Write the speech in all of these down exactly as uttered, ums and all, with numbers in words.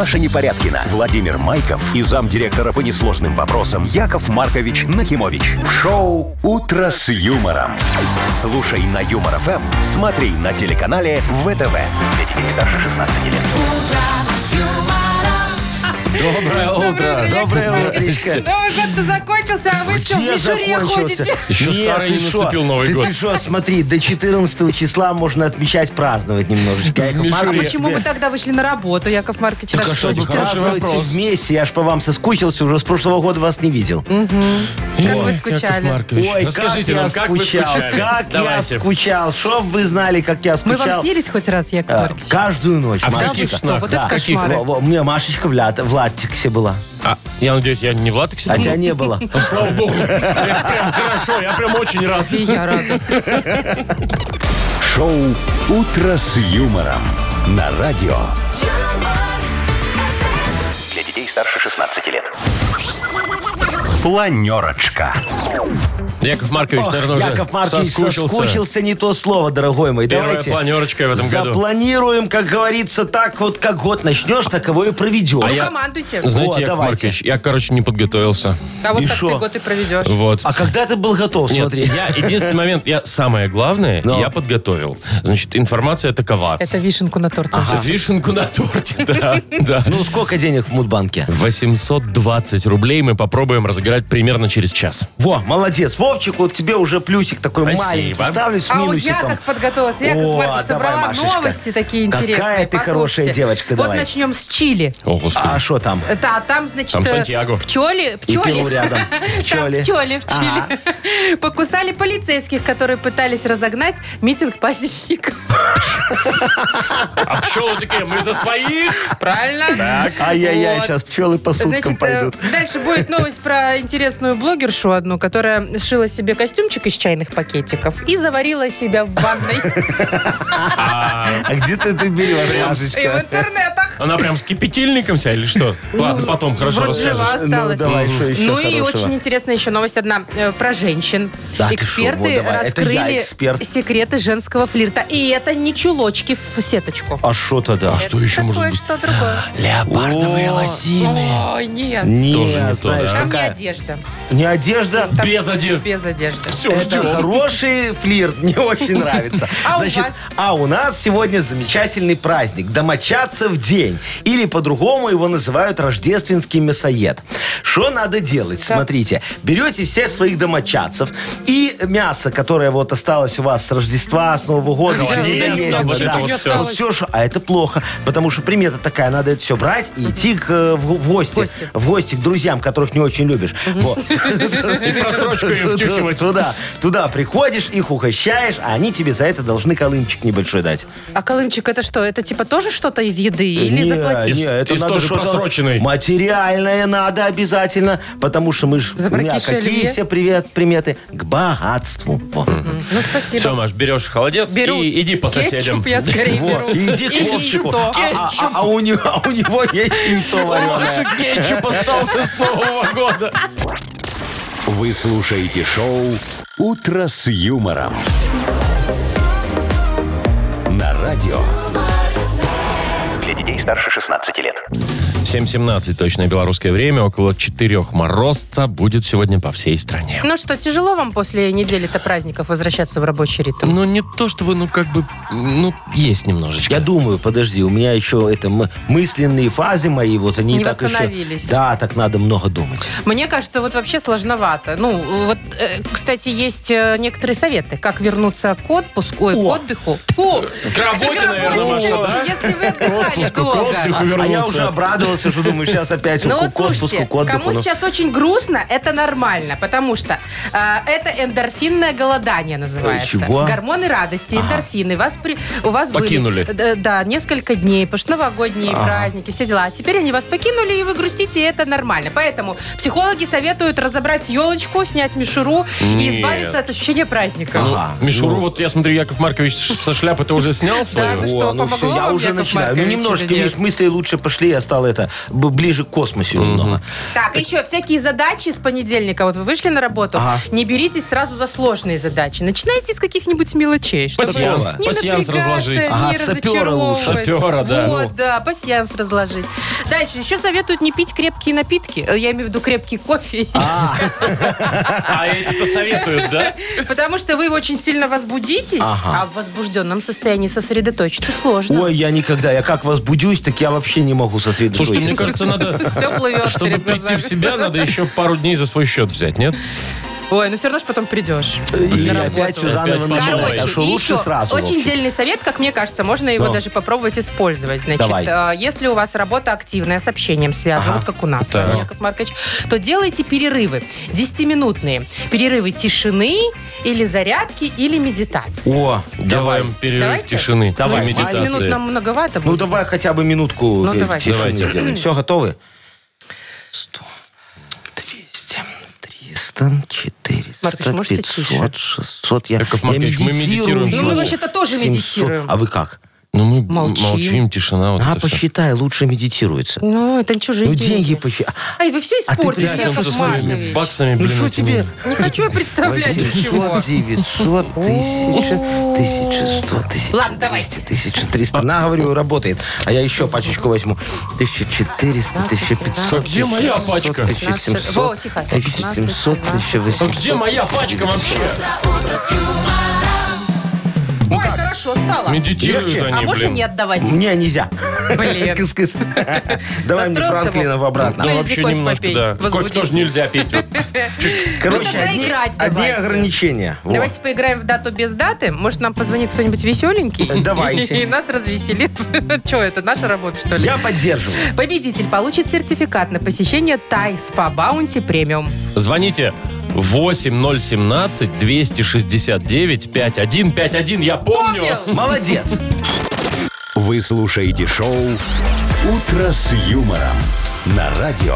Маша Непорядкина, Владимир Майков и замдиректора по несложным вопросам Яков Маркович Нахимович. В шоу «Утро с юмором». Слушай на Юмор ФМ, смотри на телеканале ВТВ. Для детей старше шестнадцати лет. Доброе утро. Доброе утречко. Новый год-то закончился, а вы что, в мишуре ходите? Еще Нет, старый ты не шо? наступил Новый ты, год. Ты что, смотри, до четырнадцатого числа можно отмечать, праздновать немножечко. Яков Мишуре. А Маркович почему себе- вы тогда вышли на работу, Яков Маркович? Так а раз чтобы ходите? хороший праздновать все вопрос. вместе, я ж по вам соскучился, уже с прошлого года вас не видел. Как вы Ой, скучали? Яков Маркович, Ой, расскажите как нам, я как вы скучал, скучали. как Давайте. я скучал, чтоб вы знали, как я Мы скучал. вам снились хоть раз, Яков А, Маркович? Каждую ночь. А в Машечка. каких что, снах? вот это В каких? кошмары. Во- во, У меня Машечка в, ля- в латексе была, А, я надеюсь, я не в латексе? а был? тебя не было. Ну, слава богу. Я Прям хорошо, я прям очень рад. И я рада. Шоу «Утро с юмором» на радио. Для детей старше шестнадцати лет. Планерочка. Яков Маркович, Ох, наверное, уже Яков Маркович соскучился. соскучился, не то слово, дорогой мой. Первая Давайте планерочка в этом году. запланируем, как говорится, так вот, как год начнешь, таково и проведешь. А Ну, я- командуйте. Знаете, Вот, Яков давайте. Маркович, я, короче, не подготовился. А вот И так шо? ты год и проведешь. Вот. А когда ты был готов, Нет, смотри? я единственный момент, я самое главное, Но. я подготовил. Значит, информация такова. Это вишенку на торте уже. Вишенку на торте, да, да. Ну, сколько денег в Мудбанке? восемьсот двадцать рублей мы попробуем разыграть примерно через час. Во, молодец. Вовчик, вот тебе уже плюсик такой Спасибо. маленький ставлю с А вот я минусиком. как подготовилась. Я, как О, Маркович, давай, собрала Машечка. новости такие интересные. Какая ты Послушайте. хорошая девочка, Вот давай. начнем с Чили. О, господи. А что там? Да, там, значит, Там э, Сантьяго. пчели, И пчели, Перу рядом. там Пчели. пчели в Чили покусали полицейских, которые пытались разогнать митинг пасечников. А пчелы такие, мы за своих. Правильно? Ай-яй-яй, Вот. сейчас пчелы по суткам Значит, э, пойдут. дальше будет новость про интересную блогершу одну, которая сшила себе костюмчик из чайных пакетиков и заварила себя в ванной. А где ты это берешь, И в Машечка? интернетах. Она прям с кипятильником вся или что? Ладно, потом хорошо Вроде жива расскажешь. Ну, осталась. давай, что еще Ну и хорошего? очень интересная еще новость одна э, про женщин. Да ты шо, Эксперты вот давай, это я раскрыли эксперт. секреты женского флирта. И это не чулочки в сеточку. А что тогда? А что еще может быть? Что другое. Леопардовые О, лосины. Ой, нет. Не, Тоже не то, знаешь, да? Там не такая... одежда. Не одежда. Там Без одежды. Без одежды. Все, Это ждем. хороший флирт, мне очень нравится. А у Значит, вас? а у нас сегодня замечательный праздник. Домочадцев день. Или по-другому его называют рождественский мясоед. Что надо делать? Смотрите. Берете всех своих домочадцев и мясо, которое вот осталось у вас с Рождества, с Нового года. Холодильник, холодильник, да, вот да. это вот всё. Вот всё, что- а это плохо. Потому что примета такая, надо это все брать и идти к, э, в, в гости. В гости. В гости к друзьям, которых не очень любишь. Вот. И просрочку им втюхивать. Туда, туда приходишь, их угощаешь, а они тебе за это должны колымчик небольшой дать. А колымчик это что? Это типа тоже что-то из еды? Или Не, заплатить? не, это Из надо тоже что-то просроченной. материальное надо обязательно, потому что мы же, За у меня прокисшее какие оливье? все привет, приметы? К богатству. Во. Ну, спасибо. Все, Маш, берешь холодец Беру и иди по соседям. кетчуп я скорее Во, беру. и иди И к Вовчику. яйцо. А, а- а- а у него, а у него есть яйцо вареное. Маша, кетчуп остался с Нового года. Вы слушаете шоу «Утро с юмором» на радио. Для детей старше шестнадцати лет. семь семнадцать точное белорусское время. Около четырех морозца будет сегодня по всей стране. Ну что, тяжело вам после недели-то праздников возвращаться в рабочий ритм? Ну, не то чтобы, ну, как бы, ну, есть немножечко. Я думаю, подожди, у меня еще это м- мысленные фазы мои, вот они Не так восстановились. еще... Да, так надо много думать. Мне кажется, вот вообще сложновато. Ну, вот, э, кстати, есть э, некоторые советы, как вернуться к отпуску, ой, к О. отдыху. Фу, К работе, наверное, работе, Маша, да? если вы отдыхали К долго. отдыху А я вернуться. уже обрадовался, что думаю, сейчас опять Ну к вот отпуску, слушайте, к отдыху. кому ну. сейчас очень грустно, это нормально, потому что э, это эндорфинное голодание называется. Чего? Гормоны радости, эндорфины. Вас при, у вас Покинули. были э, да, несколько дней, потому что новогодние праздники, все дела. А теперь они вас покинули, и вы грустите, и это нормально. Поэтому психологи советуют разобрать елочку, снять мишуру и Нет. избавиться от ощущения праздника. Ага. Мишуру, Ну. вот я смотрю, Яков Маркович со шляпы-то уже снял свою. Да, вы О, что, ну помогло все, я вам, уже Яков начинаю. Ну, Маркович, немножко, или нет? видишь, мысли лучше пошли, я стал это это, б- ближе к космосу немного. Так, еще всякие задачи с понедельника. Вот вы вышли на работу, Ага. не беритесь сразу за сложные задачи. Начинайте с каких-нибудь мелочей. Чтобы Пасьянс. не Пасьянс напрягаться, разложить. Ага, не в сапера лучше. разочаровываться. Сапера, да. Вот, да, пасьянс разложить. Дальше. Еще советуют не пить крепкие напитки. Э, Я имею в виду крепкий кофе. А эти-то советуют, да? Потому что вы очень сильно возбудитесь, Ага. а в возбужденном состоянии сосредоточиться сложно. Ой, я никогда, я как возбудюсь, так я вообще не могу сосредоточиться. Слушайте, мне кажется, надо, Все плывет чтобы перед прийти глазами. в себя, надо еще пару дней за свой счет взять, нет? Ой, ну все равно ж потом придешь. И на опять работу. все заново Опять начинать. Короче, Так что и лучше еще сразу. очень Вовчик. дельный совет, как мне кажется, можно его Ну. даже попробовать использовать. Значит, Давай. э, если у вас работа активная, с общением связана, Ага. вот как у нас, Так. Яков Маркович, то делайте перерывы. Десятиминутные. Перерывы тишины или зарядки, или медитации. О, давай. Делаем перерыв Давайте? тишины. Давай. и десять минут медитации. нам многовато Ну будет. давай хотя бы минутку Ну, э, давайте. тишины Давайте. сделаем. Все, готовы? сто, двести, триста, четыреста, Маркович, можете тише? пятьсот, шестьсот. Я, Яков я Маркович, мы медитируем Ну, мы сегодня. вообще-то тоже семьсот. медитируем. А вы как? Ну, мы Молчим. молчим, тишина. Вот А, это всё. посчитай, лучше медитируется. Ну, это чужие Ну, деньги. деньги посчитай. Ай, вы все А ты испортили, прячешь Яков Со своими Маркович. баксами, Ну блин, что этими. тебе? Не хочу я представлять ничего. восемьсот, девятьсот, тысяча, тысяча сто, тысяча Ладно, двести, тысяча триста. На, говорю, работает. А я еще пачечку возьму. тысяча четыреста, тысяча пятьсот, Где моя пачка? тысяча Во, семьсот, тихо. тысяча семьсот, тысяча А восемьсот. где моя пачка вообще? Ой, хорошо стало. Медитируют Легче? они, А можно блин. не отдавать? Мне нельзя. Блин. Кыс-кыс. Давай мне Расстроился, Франклина Вов? обратно. Ну, Ну, вообще иди кофе немножко, попей, да. Кофе возбудись. тоже нельзя пить. вот. Короче, тогда одни, играть одни давайте. ограничения. Во. Давайте поиграем в дату без даты. Может, нам позвонит кто-нибудь веселенький? Давайте. И нас развеселит. Че, это наша работа, что ли? Я поддерживаю. Победитель получит сертификат на посещение Тай Спа Баунти Премиум. Звоните восемь ноль семнадцать двести шестьдесят девять пятьдесят один пятьдесят один. Я помню. Вспомнил. Молодец. Вы слушаете шоу «Утро с юмором» на радио.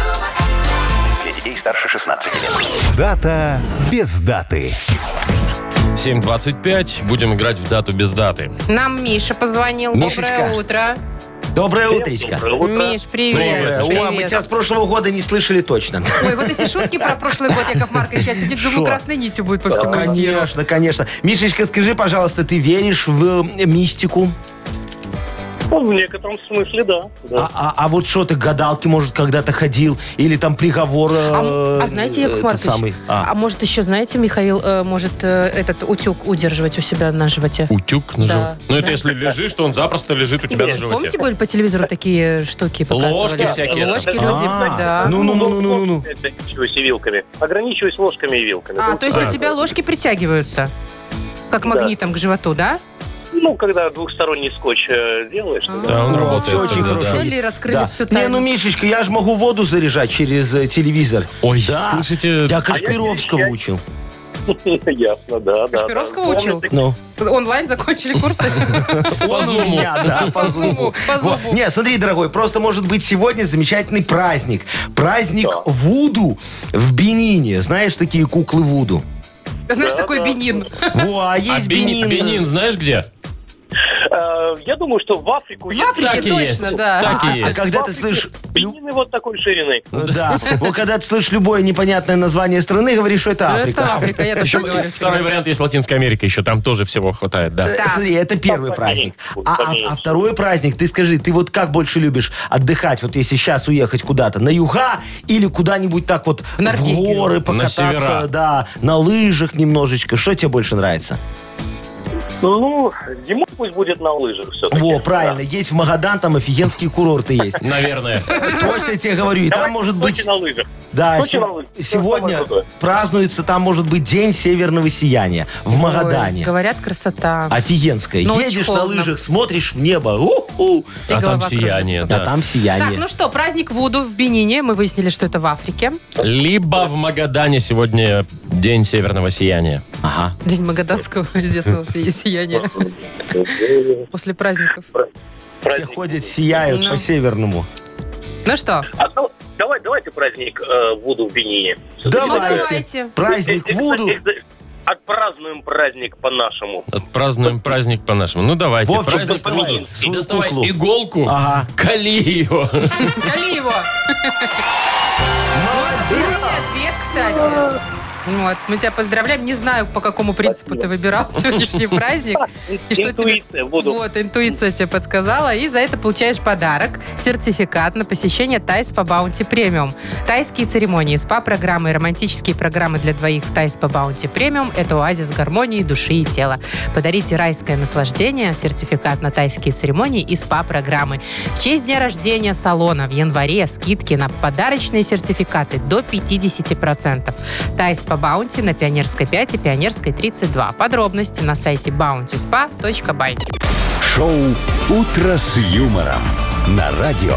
Для детей старше шестнадцати лет. Дата без даты. семь двадцать пять. Будем играть в дату без даты. Нам Миша позвонил. Мишечка. Доброе утро. Доброе утречко. Миш, привет. Доброе. Привет. О, мы тебя с прошлого года не слышали точно. Ой, вот эти шутки про прошлый год, Яков Маркович, я сегодня думаю, Шо? красной нитью будет по всему. Конечно, конечно. Мишечка, скажи, пожалуйста, ты веришь в э, мистику? Ну, в некотором смысле, да. да. А, а- а вот что ты к гадалке, может, когда-то ходил? Или там приговор... А, э, а знаете, Яков этот Маркович, самый, а. а. может еще, знаете, Михаил э, может э, этот утюг удерживать у себя на животе? Утюг на Да, животе. Ну, это да. если лежишь, то он запросто лежит у тебя на животе. Помните, были по телевизору такие штуки показывали? Ложки всякие, да. Ложки люди, А, да. Ну-ну-ну-ну-ну-ну. Ограничиваюсь и вилками. Ограничиваюсь ложками и вилками. А, Ну, то есть да. у тебя ложки притягиваются? Как Да. магнитом к животу, да? Ну, когда двухсторонний скотч э, делаешь, то Да, он О, работает. всё очень тогда, хорошо. да. Взяли и раскрыли Да. всю Не, тайну. ну, Мишечка, я же могу воду заряжать через э, телевизор. Ой, Да. слышите, Я А Кашпировского я- учил. Ясно, да, да. Кашпировского да. учил? Ну. Онлайн закончили курсы? Он у меня, да, по По зуму, зуму. по Вот. зуму. Не, смотри, дорогой, просто может быть сегодня замечательный праздник. Праздник Да. Вуду в Бенине. Знаешь, такие куклы Вуду? Знаешь, Да, такой да. Бенин. Во, а а есть Бенин, Бенин. Бенин знаешь где? Э, Я думаю, что в Африку... В если- Африке Так и точно, есть. да. Так и А есть. когда В ты Африке слышишь... лю- Бенины вот такой ширины. Да, вот когда ты слышишь любое непонятное название страны, говоришь, что это Ну, Африка. что Африка, я тоже Еще говорю. второй вариант есть Латинская Америка, еще там тоже всего хватает, да. Э, Так. Смотри, это первый Поменьше праздник. будет, А, а- поменьше. а второй праздник, ты скажи, ты вот как больше любишь отдыхать, вот если сейчас уехать куда-то, на юга или куда-нибудь так вот в, Норвегию. горы покататься, севера. да, на лыжах немножечко. Что тебе больше нравится? Ну, зимой пусть будет на лыжах все-таки. Во, правильно, есть в Магадан, там офигенские курорты есть. Наверное. Точно тебе говорю, и там может быть... на лыжах. Да, Сочи се- на лыжах. Всё сегодня самое крутое. празднуется, там может быть День северного сияния в Ой, Магадане. говорят, красота. Офигенская. Но очень Едешь на холодно. лыжах, смотришь в небо, у-ху, И А голова там сияние, кружится. а да. там Так, сияние. ну что, праздник Вуду в Бенине. Мы выяснили, что это в Африке. Либо в Магадане сегодня день северного сияния. Ага. День магаданского известного сияния. После праздников. Все Праздник. ходят, сияют Ну. по-северному. Ну что? А, ну, давай, давайте праздник э, Вуду в Бенине. Давайте. Ну, давайте. Праздник Экзо- Вуду. экзо- Отпразднуем праздник по-нашему. Отпразднуем праздник по-нашему. Ну, давайте. Вовчик, праздник доставай буду. И свою доставай куклу. иголку, Ага. кали ее. Кали его. Ну, это правильный ответ, кстати. Вот, мы тебя поздравляем. Не знаю, по какому принципу ты выбирал сегодняшний праздник. И что тебе... Интуиция, буду. Вот, интуиция тебе подсказала. И за это получаешь подарок. Сертификат на посещение Тайс по Баунти Премиум. Тайские церемонии, СПА-программы и романтические программы для двоих в Тайс по Баунти Премиум – это оазис гармонии души и тела. Подарите райское наслаждение, сертификат на тайские церемонии и СПА-программы. В честь дня рождения салона в январе скидки на подарочные сертификаты до пятьдесят процентов. Тайс по Баунти на Пионерской пять и Пионерской тридцать два. Подробности на сайте баунти спа точка бай. Шоу «Утро с юмором» на радио.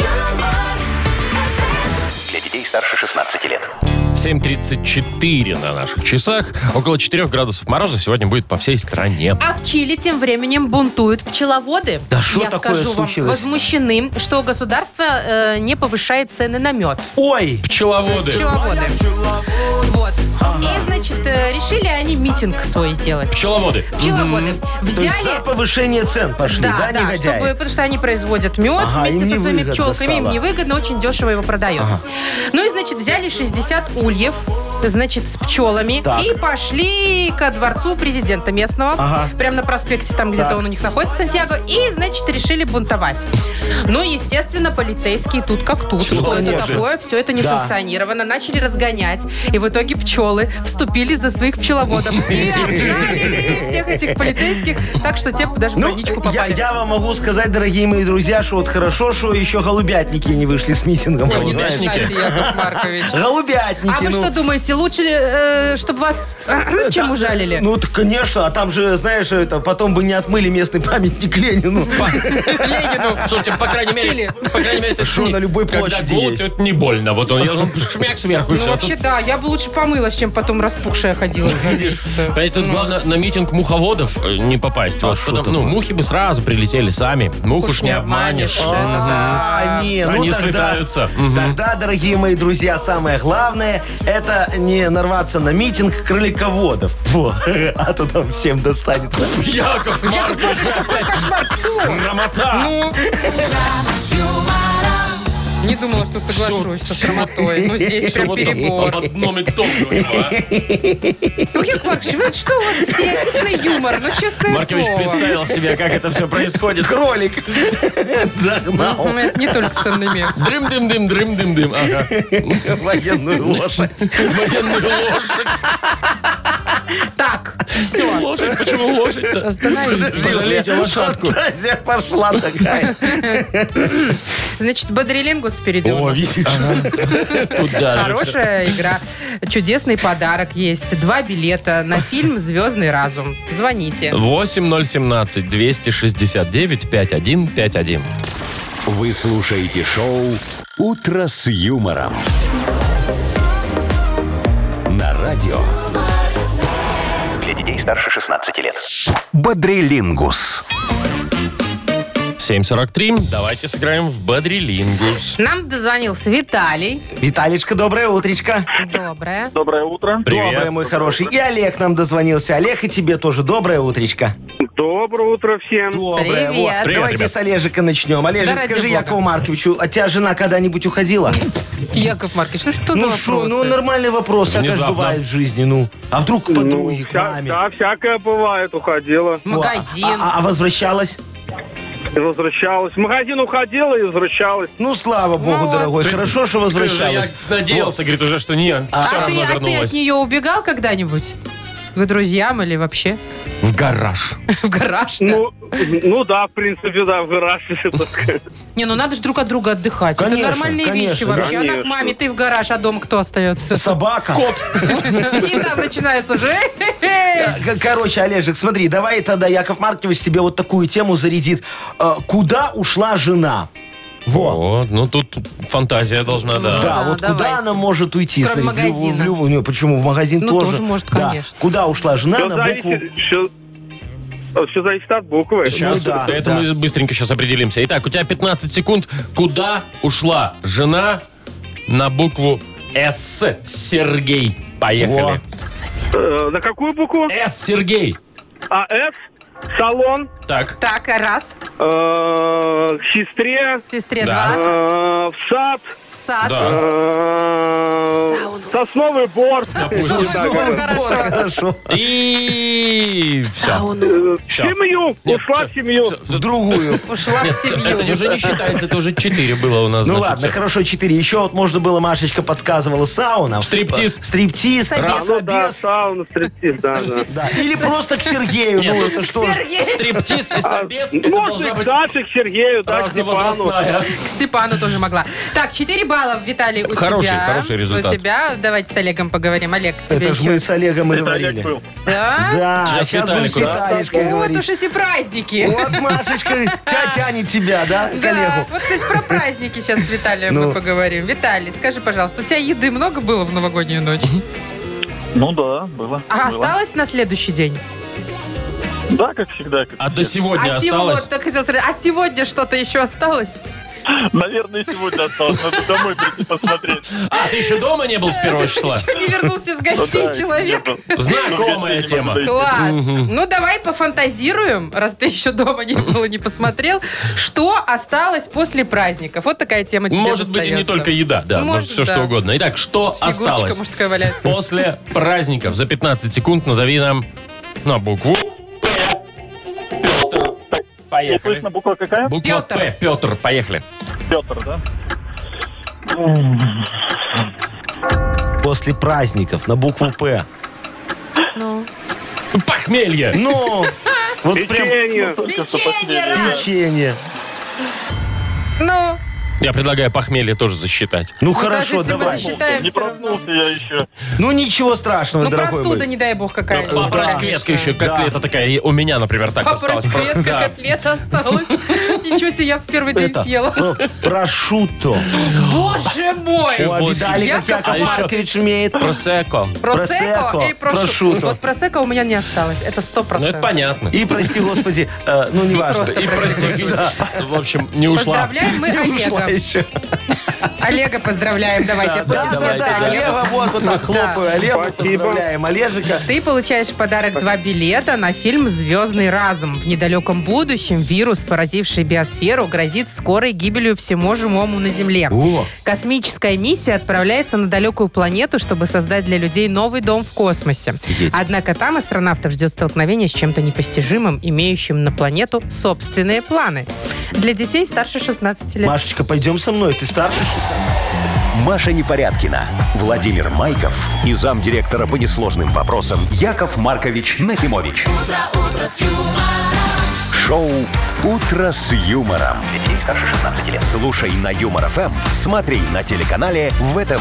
Для детей старше шестнадцати лет. семь тридцать четыре на наших часах. Около четырех градусов мороза сегодня будет по всей стране. А в Чили тем временем бунтуют пчеловоды. Да что Я такое скажу вам, случилось? возмущены, что государство э, не повышает цены на мед. Ой, Пчеловоды. Пчеловоды. Вот. И, значит, э, решили они митинг свой сделать. Пчеловоды. Пчеловоды. то есть Взяли... за повышение цен пошли, да, Да, да, негодяи? чтобы, потому что они производят мед Ага, вместе им со своими невыгодно пчелками. Им стало. невыгодно, очень дешево его продают. Ну и, значит, взяли шестьдесят ульев, значит, с пчелами Так. и пошли ко дворцу президента местного. Ага. Прямо на проспекте, там где-то Так. он у них находится, Сантьяго. И, значит, решили бунтовать. Ну, естественно, полицейские тут как тут. Ну, Что это конечно. такое? Все это не Да. санкционировано. Начали разгонять. И в итоге пчелы вступили за своих пчеловодов. И обжалили всех этих полицейских. Так что те даже в Ну, больничку я, попали. я вам могу сказать, дорогие мои друзья, что вот хорошо, что еще голубятники не вышли с митингом. Ой, не понимаешь? дашь. Знаете, Яков Маркович. Голубятники, А вы ну. что думаете, лучше, чтобы вас чем ужалили? Ну, так, конечно, а там же, знаешь, это, потом бы не отмыли местный памятник Ленину. Ленину. Слушайте, по крайней мере, Чили. по крайней мере, это Шо не- на любой когда площади голубь, есть. это не больно. Вот он, я он шмяк сверху. и Ну, всё. вообще, Тут, да, я бы лучше помылась, чем потом распухшая ходила. два месяца. понимаете, тут главное на митинг муховодов э, не попасть. Вот, шо потом, ну, такое? мухи бы сразу прилетели сами. Мух уж не обманешь. А, не, ну Они тогда, слетаются. Мгм. тогда, дорогие мои друзья, самое главное, это не нарваться на митинг кролиководов. Во, а то там всем достанется. Яков Яков Маркович, какой кошмар! Фу! Срамота! Ну, не думала, что соглашусь со срамотой. Ну, здесь прям Вот там перебор. об одном и том же у него, а? Ну, Яков Маркович, вы- что у вас за стереотипный юмор? Ну, честное Маркович слово. представил себе, как это все происходит. Кролик догнал Ну, это не только ценный мех. Дрым-дым-дым, дрым-дым-дым. Ага. военную лошадь. Военную лошадь. Так, все, Лошадь, почему лошадь-то? остановитесь. Пожалейте лошадку. Фантазия пошла такая. Значит, бодрилингус впереди у О, нас. видишь? Куда же? Хорошая игра. Чудесный подарок есть. Два билета на фильм «Звездный разум». Звоните. восемь ноль семнадцать двести шестьдесят девять пятьдесят один пятьдесят один. Вы слушаете шоу «Утро с юмором» на радио. Для детей старше шестнадцати лет. Бодрилингус. семь сорок три. Давайте сыграем в Бодрилингус. Нам дозвонился Виталий. Виталичка, доброе утречко. Доброе. Доброе утро. Привет. Доброе, мой хороший. И Олег нам дозвонился. Олег, и тебе тоже доброе утречко. Доброе утро всем. Доброе. Привет. Вот. Привет, Давайте ребят. с Олежика начнем. Олежек, Да ради скажи бога. Якову Марковичу, а тебя жена когда-нибудь уходила? Яков Маркович, ну что за Ну вопросы? что, ну нормальный вопрос, а как Внезапно. бывает в жизни, ну. А вдруг к подруге, к вся- маме? да, всякое бывает, уходила. В магазин. А, а- а возвращалась? И возвращалась. В магазин уходила и возвращалась. Ну, слава богу, Вот. дорогой, хорошо, что возвращалась. Я надеялся, говорит, уже, что не, все А, ты, равно а ты от вернулась. нее убегал когда-нибудь? К друзьям или вообще? В гараж. В гараж-то? Ну, ну да, в принципе, да, в гараж. Не, ну надо же друг от друга отдыхать. Конечно, Это нормальные конечно, вещи вообще. Она к конечно. маме, ты в гараж, а дома кто остается? Собака. И там начинается уже. К- Короче, Олежек, смотри, давай тогда Яков Маркович себе вот такую тему зарядит. Э, Куда ушла жена? Во. Вот, ну тут фантазия должна, да. Да, да, вот давайте. куда она может уйти? Кроме Смотри, в люб- магазина. в люб- не, почему? В магазин Ну, тоже? тоже может, Да. конечно. Куда ушла жена Все на букву... зависит, все, все зависит от буквы. Сейчас, Ну да, это да. мы быстренько сейчас определимся. Итак, у тебя пятнадцать секунд. Куда ушла жена на букву С? Сергей. Поехали. Во. Э, на какую букву? С, Сергей. А, С. Салон. Так. Так, раз. Э, к сестре. Сестре Да. два. Э, в сад. Сад. Да. Э, сосновый бор. Сосновый Да, бор, говорю. хорошо. Хорошо. И все. Э, в Всё. семью. Нет, Ушла всё, в семью. всё. В другую. Ушла в Нет, семью. это уже не считается, это уже четыре было у нас. Ну значит, ладно, всё. хорошо, четыре. Еще вот можно было, Машечка подсказывала, сауна. Стриптиз. Стриптиз. Собес. А, ну да, собес. сауна, стриптиз, да, да. Да. Или просто к Сергею. Нет. Ну, это что? ж. Сергей. Стриптиз и собес, это Может, должна к быть Даше, к Сергею, да, к Степану. разновозрастная. К Степану тоже могла. Так, четыре балла, Виталий, у Хороший, тебя. хороший результат. У тебя. Давайте с Олегом поговорим. Олег, тебе Это же еще. мы с Олегом и Это Олег говорили. был. Да? Да, Сейчас сейчас будем с Виталику, да? Виталишкой Вот говорить. уж эти праздники. Вот, Машечка, тя тянет тебя, да, Да, коллегу? вот, кстати, про праздники сейчас с Виталием Ну. мы поговорим. Виталий, скажи, пожалуйста, у тебя еды много было в новогоднюю ночь? Ну да, было. А было. осталось на следующий день? Да, как всегда. Как А до сегодня а осталось? сегодня, так хотел сказать, а сегодня что-то еще осталось? Наверное, сегодня осталось. Надо домой прийти посмотреть. А, ты еще дома не был с первого числа? Еще не вернулся с гостей Ну да, человек? не был. Знакомая Ну, в гостей не тема. могу дойти. Класс. Ну, давай пофантазируем, раз ты еще дома не был и не посмотрел, что осталось после праздников. Вот такая тема тебе Может быть, и не достается. только еда, да, может, Может, все да. что угодно. Итак, что Снегурочка, осталось может, такая валяется. после праздников? За пятнадцать секунд назови нам на букву П. Петр. Не Поехали. слышно, буква какая? Буква Петр. П. Петр. Поехали. Петр, да? После праздников на букву П. Ну. Похмелье. Ну, вот прям Печенье. Только что Печенье, похмелье, раз. да. печенье. Ну, Я предлагаю похмелье тоже засчитать. Ну, ну, даже хорошо, если мы давай. засчитаем, Не все равно. проснулся я еще. Ну, ничего страшного, Ну, дорогой простуда, мой. не дай бог, какая-нибудь. Папрочка еще, котлета такая. И у меня, например, так осталось. Папрочка, Просто, да. котлета осталась. Ничего себе, я в первый день Это, съела. ну, прошутто. Боже мой! Чего О, видали, себе. как Яков А еще- Маркович умеет? Просеко. Просеко Просекко, и прошу. прошутто. Вот просеко у меня не осталось. Это сто Ну, процентов. это понятно. И, прости господи, э, ну, неважно. просто И прости, прости, господи. в общем, не ушла. Поздравляем мы Ушла Олега. еще. Олега поздравляем. Давайте Да, да, аплодисменты да, Олегу. Олега, вот, вот так хлопаю. Олегу Спасибо. поздравляем. Олежика. Ты получаешь в подарок два билета на фильм «Звездный разум». В недалеком будущем вирус, поразивший биосферу, грозит скорой гибелью всему живому на Земле. О. Космическая миссия отправляется на далекую планету, чтобы создать для людей новый дом в космосе. Офигеть. Однако там астронавтов ждет столкновение с чем-то непостижимым, имеющим на планету собственные планы. Для детей старше шестнадцати лет. Машечка, пойдем со мной. Ты старше? Маша Непорядкина, Владимир Майков и замдиректора по несложным вопросам Яков Маркович Нахимович. Шоу «Утро с юмором». Для детей старше шестнадцати лет. Слушай на Юмор ФМ, смотри на телеканале ВТВ.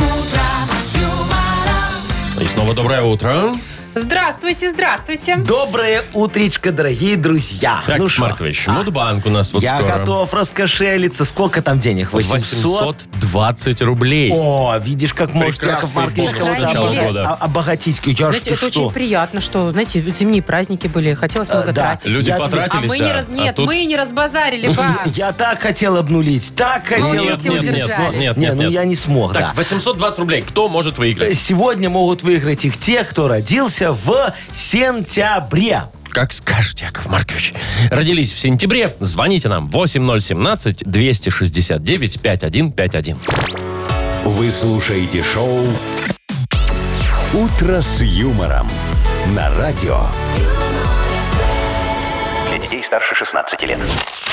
И снова доброе утро. Здравствуйте, здравствуйте. Доброе утречко, дорогие друзья. Так, ну шо? Маркович, Мудбанк у нас вот Я скоро. готов раскошелиться. Сколько там денег? восемьсот? восемьсот двадцать рублей. О, видишь, как может Прекрасный Яков Маркович бонус с начала кого-то года. а- обогатить. Я Знаете, ж это ты что? очень приятно, что, знаете, зимние праздники были, хотелось много Э, да. тратить. Люди Я- А потратились, мы да. не раз... А Нет, тут- мы не разбазарили, ба. Я так хотел обнулить, так хотел Ну, дети обнулить. нет, нет, удержались. нет, Не, нет, ну нет. я не смог, Так, да. восемьсот двадцать рублей. Кто может выиграть? Сегодня могут выиграть их те, кто родился в сентябре. Как скажете, Яков Маркович. Родились в сентябре. Звоните нам восемь ноль семнадцать двести шестьдесят девять пятьдесят один пятьдесят один. Вы слушаете шоу «Утро с юмором» на радио. Для детей старше шестнадцати лет.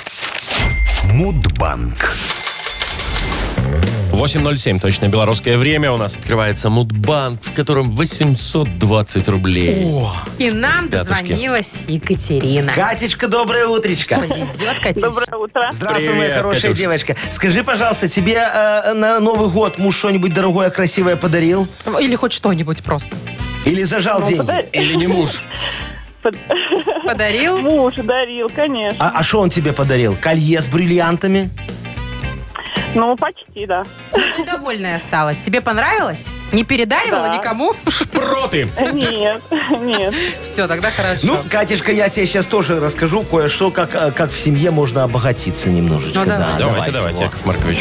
Мудбанк. восемь ноль семь, точно белорусское время. У нас открывается Мудбанк, в котором восемьсот двадцать рублей. И нам Пятушки. дозвонилась Екатерина. Катечка, доброе утречко. Повезет, Катюша. Доброе утро. Здравствуй, Привет, моя хорошая Катюш. девочка. Скажи, пожалуйста, тебе э, на Новый год муж что-нибудь дорогое, красивое подарил? Или хоть что-нибудь просто. Или зажал деньги? Подар- Или не муж? под- Подарил? Муж дарил, конечно. А что он тебе подарил? Колье с бриллиантами? Ну, почти, да. Ну, ты довольная осталась. Тебе понравилось? Не передаривала Да. никому? Шпроты. Нет, нет. Все, тогда хорошо. Ну, Катюшка, я тебе сейчас тоже расскажу кое-что, как, э, как в семье можно обогатиться немножечко. Ну, давай. Да, Давайте, давайте, во. Яков Маркович.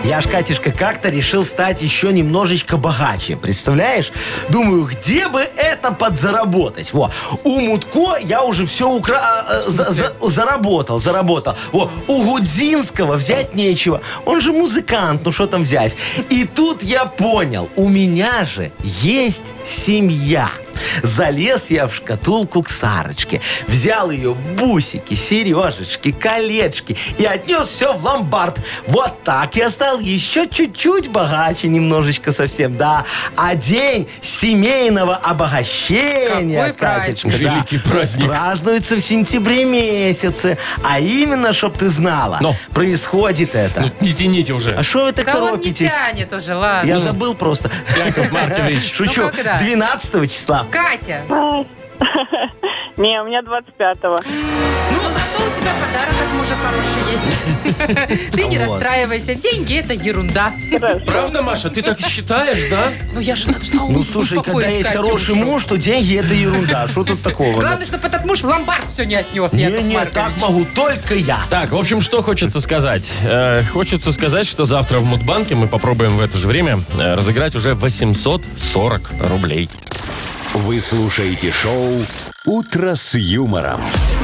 Я ж, Катюшка, как-то решил стать еще немножечко богаче. Представляешь? Думаю, где бы это подзаработать? Во. У Мутко я уже все укра... за- за- заработал, заработал. Во. У Гудзинского взять нечего. Он же музыкант, ну что там взять? И тут я понял, у меня же есть семья. Залез я в шкатулку к Сарочке, взял ее бусики, сережечки, колечки и отнес все в ломбард. Вот так я стал еще чуть-чуть богаче, немножечко совсем, да. А день семейного обогащения, Какой праздник. Катечка, да, Великий праздник. празднуется в сентябре месяце. А именно, чтоб ты знала, Но. происходит это. Ну, не тяните уже. А что вы так Да он не торопитесь? тянет уже, ладно. Я забыл просто. Яков Маркович. Шучу. Ну, когда? двенадцатого числа. Катя, Ай. Не, у меня двадцать пятого. ну зато у тебя подарок от мужа хороший есть. Ты не Вот. расстраивайся, деньги это ерунда. Правда, Маша, ты так считаешь, да? Ну я же начала Ну, слушай, когда есть хороший муж, то деньги это ерунда. Что тут такого? Главное, чтобы этот муж в ломбард все не отнес, Яков Не-не, Маркович. так могу только я. Так, в общем, что хочется сказать? Э, хочется сказать, что завтра в Мудбанке мы попробуем в это же время э, разыграть уже восемьсот сорок рублей. Вы слушаете шоу «Утро с юмором».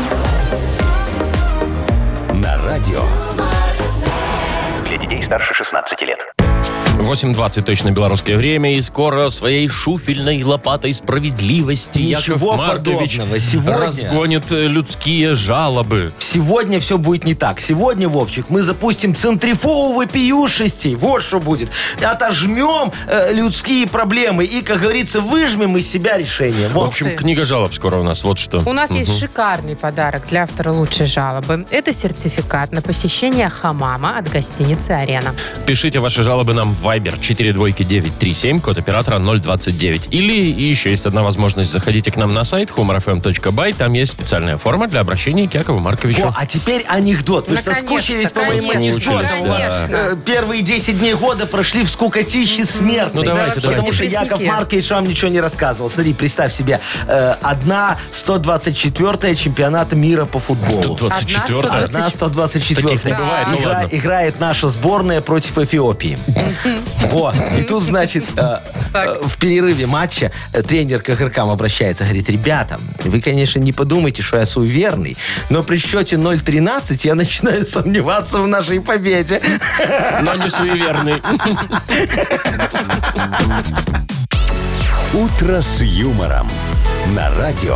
На радио. Для детей старше шестнадцати лет. восемь двадцать точно белорусское время, и скоро своей шуфельной лопатой справедливости Ничего Яков Маркович подобного. Сегодня- разгонит э, людские жалобы. Сегодня все будет не так. Сегодня, Вовчик, мы запустим центрифугу вопиюшести. Вот что будет. Отожмем э, людские проблемы и, как говорится, выжмем из себя решение. В Вот. общем, ты. книга жалоб скоро у нас, вот что. У нас есть шикарный подарок для автора лучшей жалобы. Это сертификат на посещение хамама от гостиницы «Арена». Пишите ваши жалобы нам в Viber четыре двойки девять три семь, код оператора ноль двадцать девять. Или еще есть одна возможность. Заходите к нам на сайт humor эф эм точка бай. Там есть специальная форма для обращения к Якову Марковичу. Во, а теперь анекдот. Вы Наконец-то, соскучились по моим конечно, анекдотам. конечно. Э, Первые десять дней года прошли в скукотище смертной. Ну, давайте, Потому давайте. что Яков Лесники. Маркович вам ничего не рассказывал. Смотри, представь себе, э, одна сто двадцать четвёртая чемпионата мира по футболу. сто двадцать четыре. Одна Одна сто двадцать Таких не четвёртая. бывает, ну Игра- ладно. Играет наша сборная против Эфиопии. Вот. И тут, значит, э, э, в перерыве матча э, тренер к игрокам обращается, говорит: ребята, вы, конечно, не подумайте, что я суеверный, но при счете ноль тринадцать я начинаю сомневаться в нашей победе. Но не суеверный. «Утро с юмором». На радио.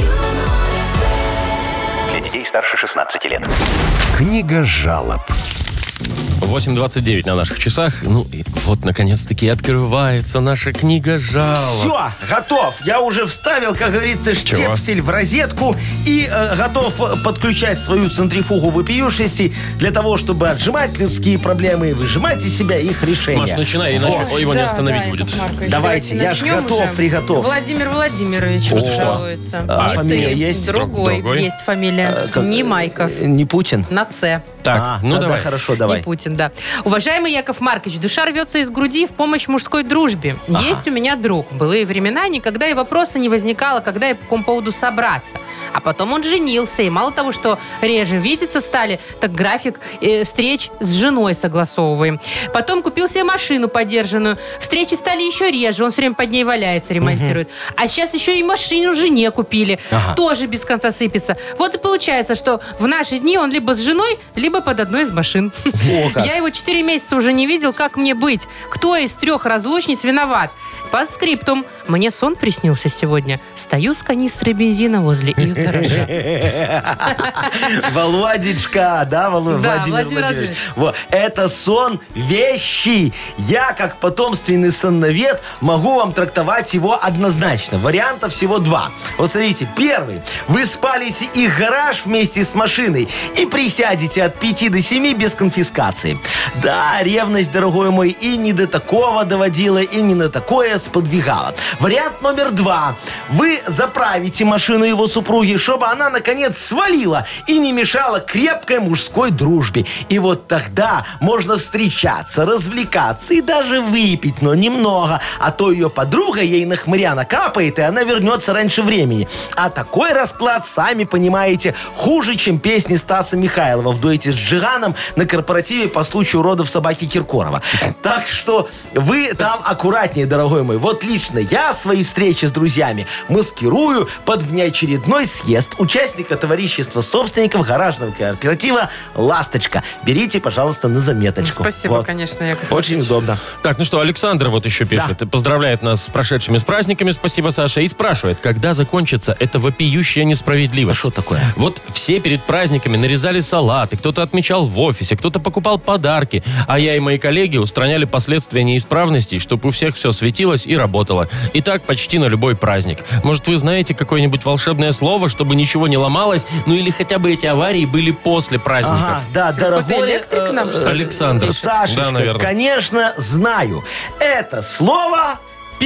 Для детей старше шестнадцати лет. Книга жалоб. восемь двадцать девять на наших часах. Ну, и вот, наконец-таки, открывается наша книга жалоб. Все, готов. Я уже вставил, как говорится, Чего? штепсель в розетку и э, готов подключать свою центрифугу вопиюшести для того, чтобы отжимать людские проблемы и выжимать из себя их решения. Маш, начинай, иначе Во. его не Да, остановить да, будет. Яков Маркович, Давайте, я ж начнем готов, уже. приготов. Владимир Владимирович О. жалуется. А Не фамилия ты, есть? Другой. Другой? Есть фамилия. Как- Не Майков. э, Не Путин? На «Ц». Так, А, ну тогда давай. хорошо, давай. Не Путин, да. Уважаемый Яков Маркович, душа рвется из груди в помощь мужской дружбе. Есть у меня друг. В былые времена никогда и вопроса не возникало, когда и по какому поводу собраться. А потом он женился, и мало того, что реже видеться стали, так график э, встреч с женой согласовываем. Потом купил себе машину подержанную. Встречи стали еще реже, он все время под ней валяется, ремонтирует. А сейчас еще и машину жене купили. Ага. Тоже без конца сыпется. Вот и получается, что в наши дни он либо с женой, либо под одной из машин. О, как. Я его четыре месяца уже не видел, как мне быть? Кто из трех разлучниц виноват? По скриптум. Мне сон приснился сегодня. Стою с канистрой бензина возле их гаража. Володечка, да, Володя, Да, Владимир Владимир Владимирович. Вот, это сон вещи. Я, как потомственный сонновед, могу вам трактовать его однозначно. Вариантов всего два. Вот смотрите, первый. Вы спалите их гараж вместе с машиной и присядете от пяти до семи без конфискации. Да, ревность, дорогой мой, и не до такого доводила, и не на такое сподвигала. Вариант номер два. Вы заправите машину его супруги, чтобы она, наконец, свалила и не мешала крепкой мужской дружбе. И вот тогда можно встречаться, развлекаться и даже выпить, но немного. А то ее подруга ей на хмыря накапает, и она вернется раньше времени. А такой расклад, сами понимаете, хуже, чем песни Стаса Михайлова в дуэте с Джиганом на корпоративе по случаю родов собаки Киркорова. Так что вы там аккуратнее, дорогой мой. Вот лично я свои встречи с друзьями маскирую под внеочередной съезд участника товарищества собственников гаражного кооператива «Ласточка». Берите, пожалуйста, на заметочку. Спасибо, Вот. конечно, Яков Очень Маркович. удобно. Так, ну что, Александр вот еще пишет. Поздравляет нас с прошедшими с праздниками. Спасибо, Саша. И спрашивает, когда закончится эта вопиющая несправедливость? А что такое? Вот все перед праздниками нарезали салаты, кто-то отмечал в офисе, кто-то покупал подарки, а я и мои коллеги устраняли последствия неисправностей, чтобы у всех все светилось и работало. И так почти на любой праздник. Может, вы знаете какое-нибудь волшебное слово, чтобы ничего не ломалось, ну или хотя бы эти аварии были после праздников? Ага, да, Какой-то дорогой электрик нам, что ли? Александр. Сашечка, Да, наверное. конечно, знаю. Это слово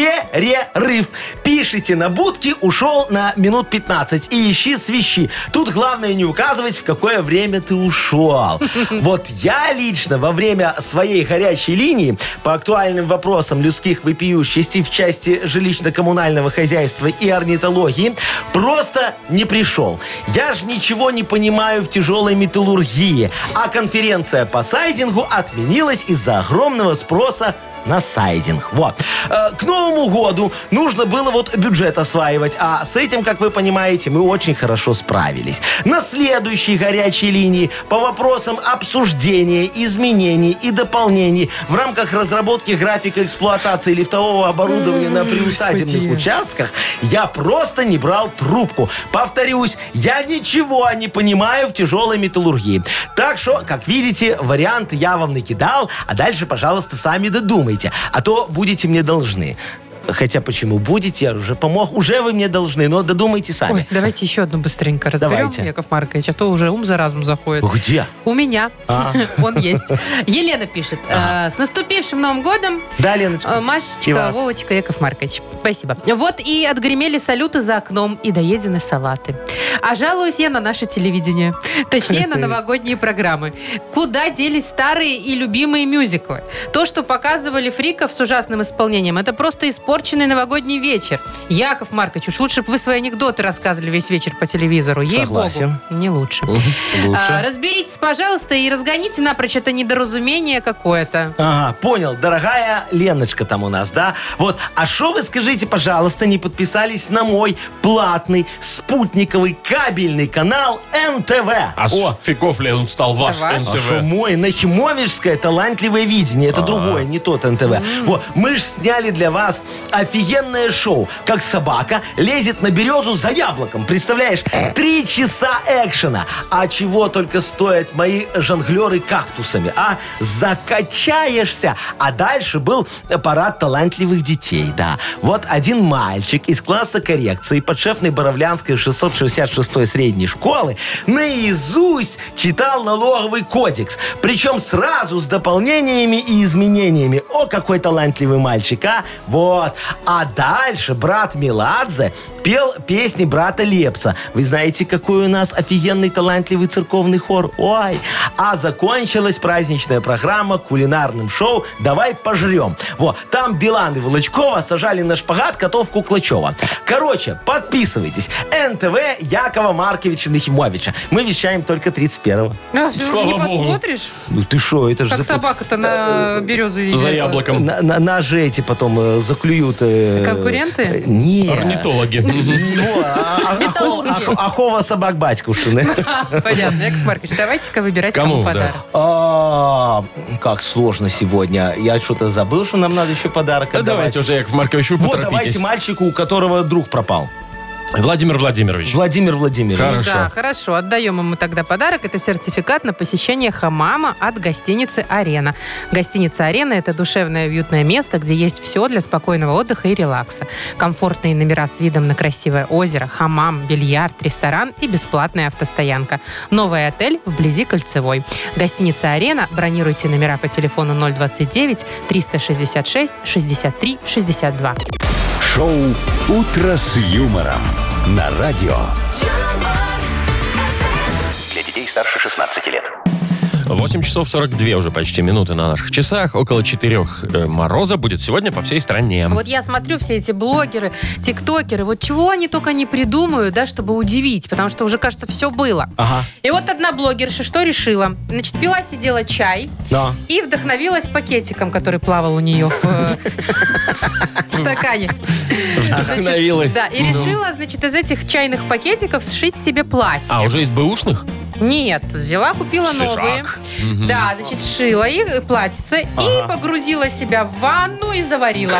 перерыв. Пишите на будке, ушел на минут пятнадцать и ищи свищи. Тут главное не указывать, в какое время ты ушел. Вот я лично во время своей горячей линии по актуальным вопросам людских вопиющестей в части жилищно-коммунального хозяйства и орнитологии просто не пришел. Я же ничего не понимаю в тяжелой металлургии, а конференция по сайдингу отменилась из-за огромного спроса на сайдинг. Вот. Э, К Новому году нужно было вот бюджет осваивать, а с этим, как вы понимаете, мы очень хорошо справились. На следующей горячей линии по вопросам обсуждения, изменений и дополнений в рамках разработки графика эксплуатации лифтового оборудования на приусадебных Господи. участках я просто не брал трубку. Повторюсь, я ничего не понимаю в тяжелой металлургии. Так что, как видите, варианты я вам накидал, а дальше, пожалуйста, сами додумайте. А то будете мне должны. Хотя почему будете, я уже помог. Уже вы мне должны, но додумайте сами. Ой, давайте еще одну быстренько разберем, Давайте. Яков Маркович, а то уже ум за разум заходит. Где? У меня. А. Он есть. Елена пишет. э, С наступившим Новым годом. Да, Леночка? Э, И Машечка, вас. Вовочка, Яков Маркович. Спасибо. Вот и отгремели салюты за окном, и доедены салаты. А жалуюсь я на наше телевидение. Точнее, на новогодние программы. Куда делись старые и любимые мюзиклы? То, что показывали фриков с ужасным исполнением, это просто испорченный новогодний вечер. Яков Маркович, уж лучше бы вы свои анекдоты рассказывали весь вечер по телевизору. Ей-богу. Согласен. Не лучше. Лучше. А, разберитесь, пожалуйста, и разгоните напрочь это недоразумение какое-то. Ага, понял. Дорогая Леночка там у нас, да? Вот. А что вы, скажите, пожалуйста, не подписались на мой платный спутниковый кабельный канал эн тэ вэ? А с фигов ли он стал ваш ваш? А что эн тэ вэ? мой? Нахимовичское талантливое видение. Это А. другое, не тот эн тэ вэ. Вот. Мы же сняли для вас офигенное шоу. Как собака лезет на березу за яблоком. Представляешь? Три часа экшена. А чего только стоят мои жонглеры кактусами, а? Закачаешься. А дальше был парад талантливых детей, да. Вот один мальчик из класса коррекции подшефной Боровлянской шестьсот шестьдесят шестой средней школы наизусть читал налоговый кодекс. Причем сразу с дополнениями и изменениями. О, какой талантливый мальчик, а? Вот. А дальше брат Меладзе пел песни брата Лепса. Вы знаете, какой у нас офигенный талантливый церковный хор? Ой. А закончилась праздничная программа кулинарным шоу «Давай пожрем». Вот. Там Билан и Волочкова сажали на шпагат котов Куклачева. Короче, подписывайтесь. эн тэ вэ Якова Марковича Нахимовича. Мы вещаем только тридцать первого. А, все, уже не Слава богу. посмотришь? Ну ты шо, это же... Как собака-то на березу и За лезла. яблоком. На, на, нас же эти потом э, заклюют... э, Конкуренты? э, Нет. Орнитологи. Ну, а- а- Металлурги. ахо- Ахова собак батькушины. Понятно. Яков Маркович, давайте-ка выбирать, Кому, кому да. подарок. А, Как сложно сегодня. Я что-то забыл, что нам надо еще подарок Да отдавать. давайте уже, Яков Маркович, вы Вот поторопитесь. давайте мальчику, у которого друг пропал. Владимир Владимирович. Владимир Владимирович. Хорошо. Да, хорошо. Отдаем ему тогда подарок. Это сертификат на посещение хамама от гостиницы «Арена». Гостиница «Арена» — это душевное и уютное место, где есть все для спокойного отдыха и релакса. Комфортные номера с видом на красивое озеро, хамам, бильярд, ресторан и бесплатная автостоянка. Новый отель вблизи Кольцевой. Гостиница «Арена». Бронируйте номера по телефону ноль двадцать девять триста шестьдесят шесть шестьдесят три шестьдесят два. Шоу «Утро с юмором» на радио. Для детей старше шестнадцати лет. восемь часов сорок две уже почти минуты на наших часах. Около четырех мороза будет сегодня по всей стране. Вот я смотрю все эти блогеры, тиктокеры, вот чего они только не придумают, да, чтобы удивить, потому что уже, кажется, все было. Ага. И вот одна блогерша что решила? Значит, пила, сидела чай Да. и вдохновилась пакетиком, который плавал у нее в э, стакане. Вдохновилась. Да, и решила, значит, из этих чайных пакетиков сшить себе платье. А, уже из бэушных? Нет, взяла, купила Свежак. новые. Да, значит, сшила их, платьице, и погрузила себя в ванну и заварила.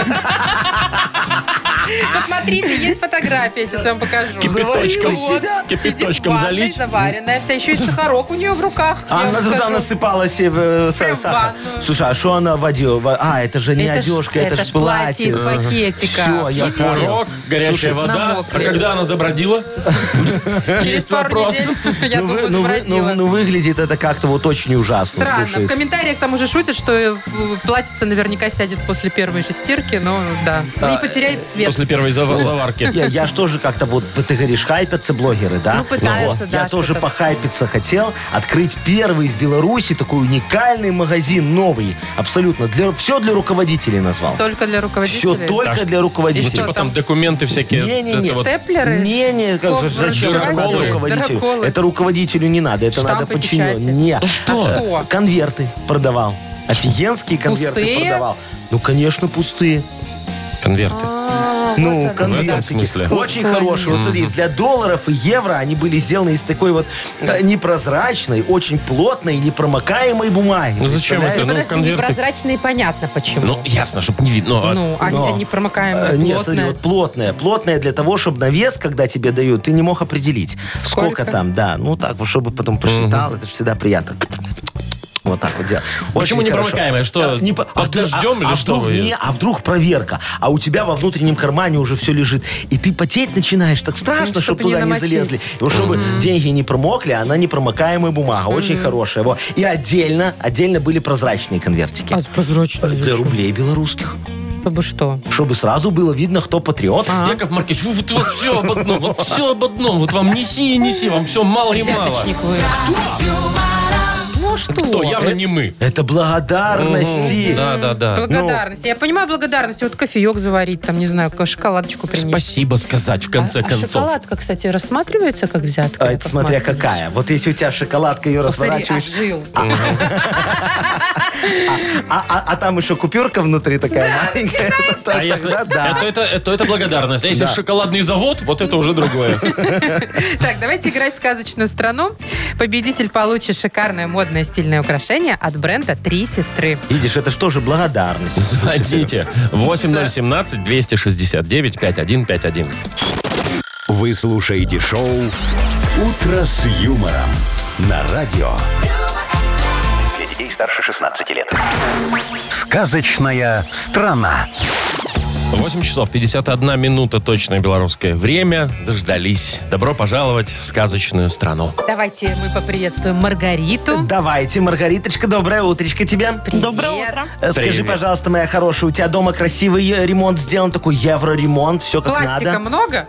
Посмотрите, есть фотография, сейчас я вам покажу. Кипяточком, Вот, сидит в кипяточком ванной, залить. заваренная, вся, еще и сахарок у нее в руках. А я она вам туда скажу. насыпала себе э, Прям в сахар. ванную. Слушай, а что она водила? А, это же не Это ж- одежка, это, это ж ж платье из платье. пакетика. Всё, я Видите? понял. Порог, горячая Слушай, вода. А намокли. когда она забродила? Через Есть пару вопрос. недель, я ну, вы- думаю, ну, вы- забродила. ну, ну, выглядит это как-то вот очень ужасно. Странно. Слушай, В комментариях там уже шутят, что э, платьице наверняка сядет после первой же стирки, но да. И потеряет цвет. После первой зав- заварки. Я, я ж тоже как-то вот, ты говоришь, хайпятся блогеры, да? Ну, пытаются, да. Я тоже что-то. похайпиться хотел, открыть первый в Беларуси такой уникальный магазин, новый, абсолютно. Для, все для руководителей назвал. Только для Все руководителей? только Так, для Ну, руководителей. что типа там? там документы всякие. Не-не-не. это вот- Степлеры? Не-не, как Скоб- же, зачем это надо Дыроколы? руководителю? Дыроколы? Это руководителю не надо, это Штампы, надо подчиненному. печати. Не. А что? Конверты продавал. Офигенские конверты Пустые? продавал. Ну, конечно, пустые. Конверты. А, Ну, вот оно. В этом конвертики. смысле? Очень Прикольно. хорошие. Вот смотри, для долларов и евро они были сделаны из такой вот э, непрозрачной, очень плотной, непромокаемой бумаги. Ну, зачем Представляешь? это? Ну, Подожди, конверты- непрозрачные, понятно почему. Ну, ясно, чтобы не видно. Ну, Ну, а Но. они непромокаемые, Э, Не, смотри, плотные. вот плотная. Плотная для того, чтобы на вес, когда тебе дают, ты не мог определить, сколько, Сколько? там, да. Ну, так вот, чтобы потом посчитал, это же всегда приятно. Вот так вот делать. Почему Очень хорошо. непромокаемое? Что, Да, не по- под а вдруг- дождем а- или а что вдруг вы? не, а вдруг проверка, а у тебя во внутреннем кармане уже все лежит, и ты потеть начинаешь, так страшно, Ну, чтобы чтобы не туда не намочить. залезли. И вот чтобы деньги не промокли, она непромокаемая бумага, очень хорошая. Вот. И отдельно, отдельно были прозрачные конвертики. А прозрачные? Для рублей белорусских. Чтобы что? Чтобы сразу было видно, кто патриот. Яков Маркович, вы- вот, вот все об одном, вот все об одном. Вот вам неси и неси, вам все мало и мало. Взяточник вы. Ну что? Кто? Явно не мы. Это благодарности. Да, да, да. Благодарность. Я понимаю благодарность. Вот кофеек заварить, там, не знаю, ка- шоколадочку принести. Спасибо сказать, в конце а, а концов. шоколадка, кстати, рассматривается как взятка? А это Яков смотря Маркович? какая. Вот если у тебя шоколадка, ее Ну, смотри, разворачиваешь, а, жил. а, а- а там еще купюрка внутри такая маленькая, то А тогда если да. это, это, это, это благодарность. А если Да. шоколадный завод, вот это уже другое. Так, давайте играть в сказочную страну. Победитель получит шикарное модное стильное украшение от бренда «Три сестры». Видишь, это что же благодарность. Звоните. восемь ноль семнадцать двести шестьдесят девять пятьдесят один пятьдесят один. Вы слушаете шоу «Утро с юмором» на радио. Для детей старше шестнадцати лет. Сказочная страна. восемь часов пятьдесят одна минута, точное белорусское время. Дождались. Добро пожаловать в сказочную страну. Давайте мы поприветствуем Маргариту. Давайте, Маргариточка, доброе утречко тебе. Привет. Доброе утро. Э, Скажи, Привет. пожалуйста, моя хорошая, у тебя дома красивый э, ремонт сделан, такой евроремонт, все как Пластика надо. много?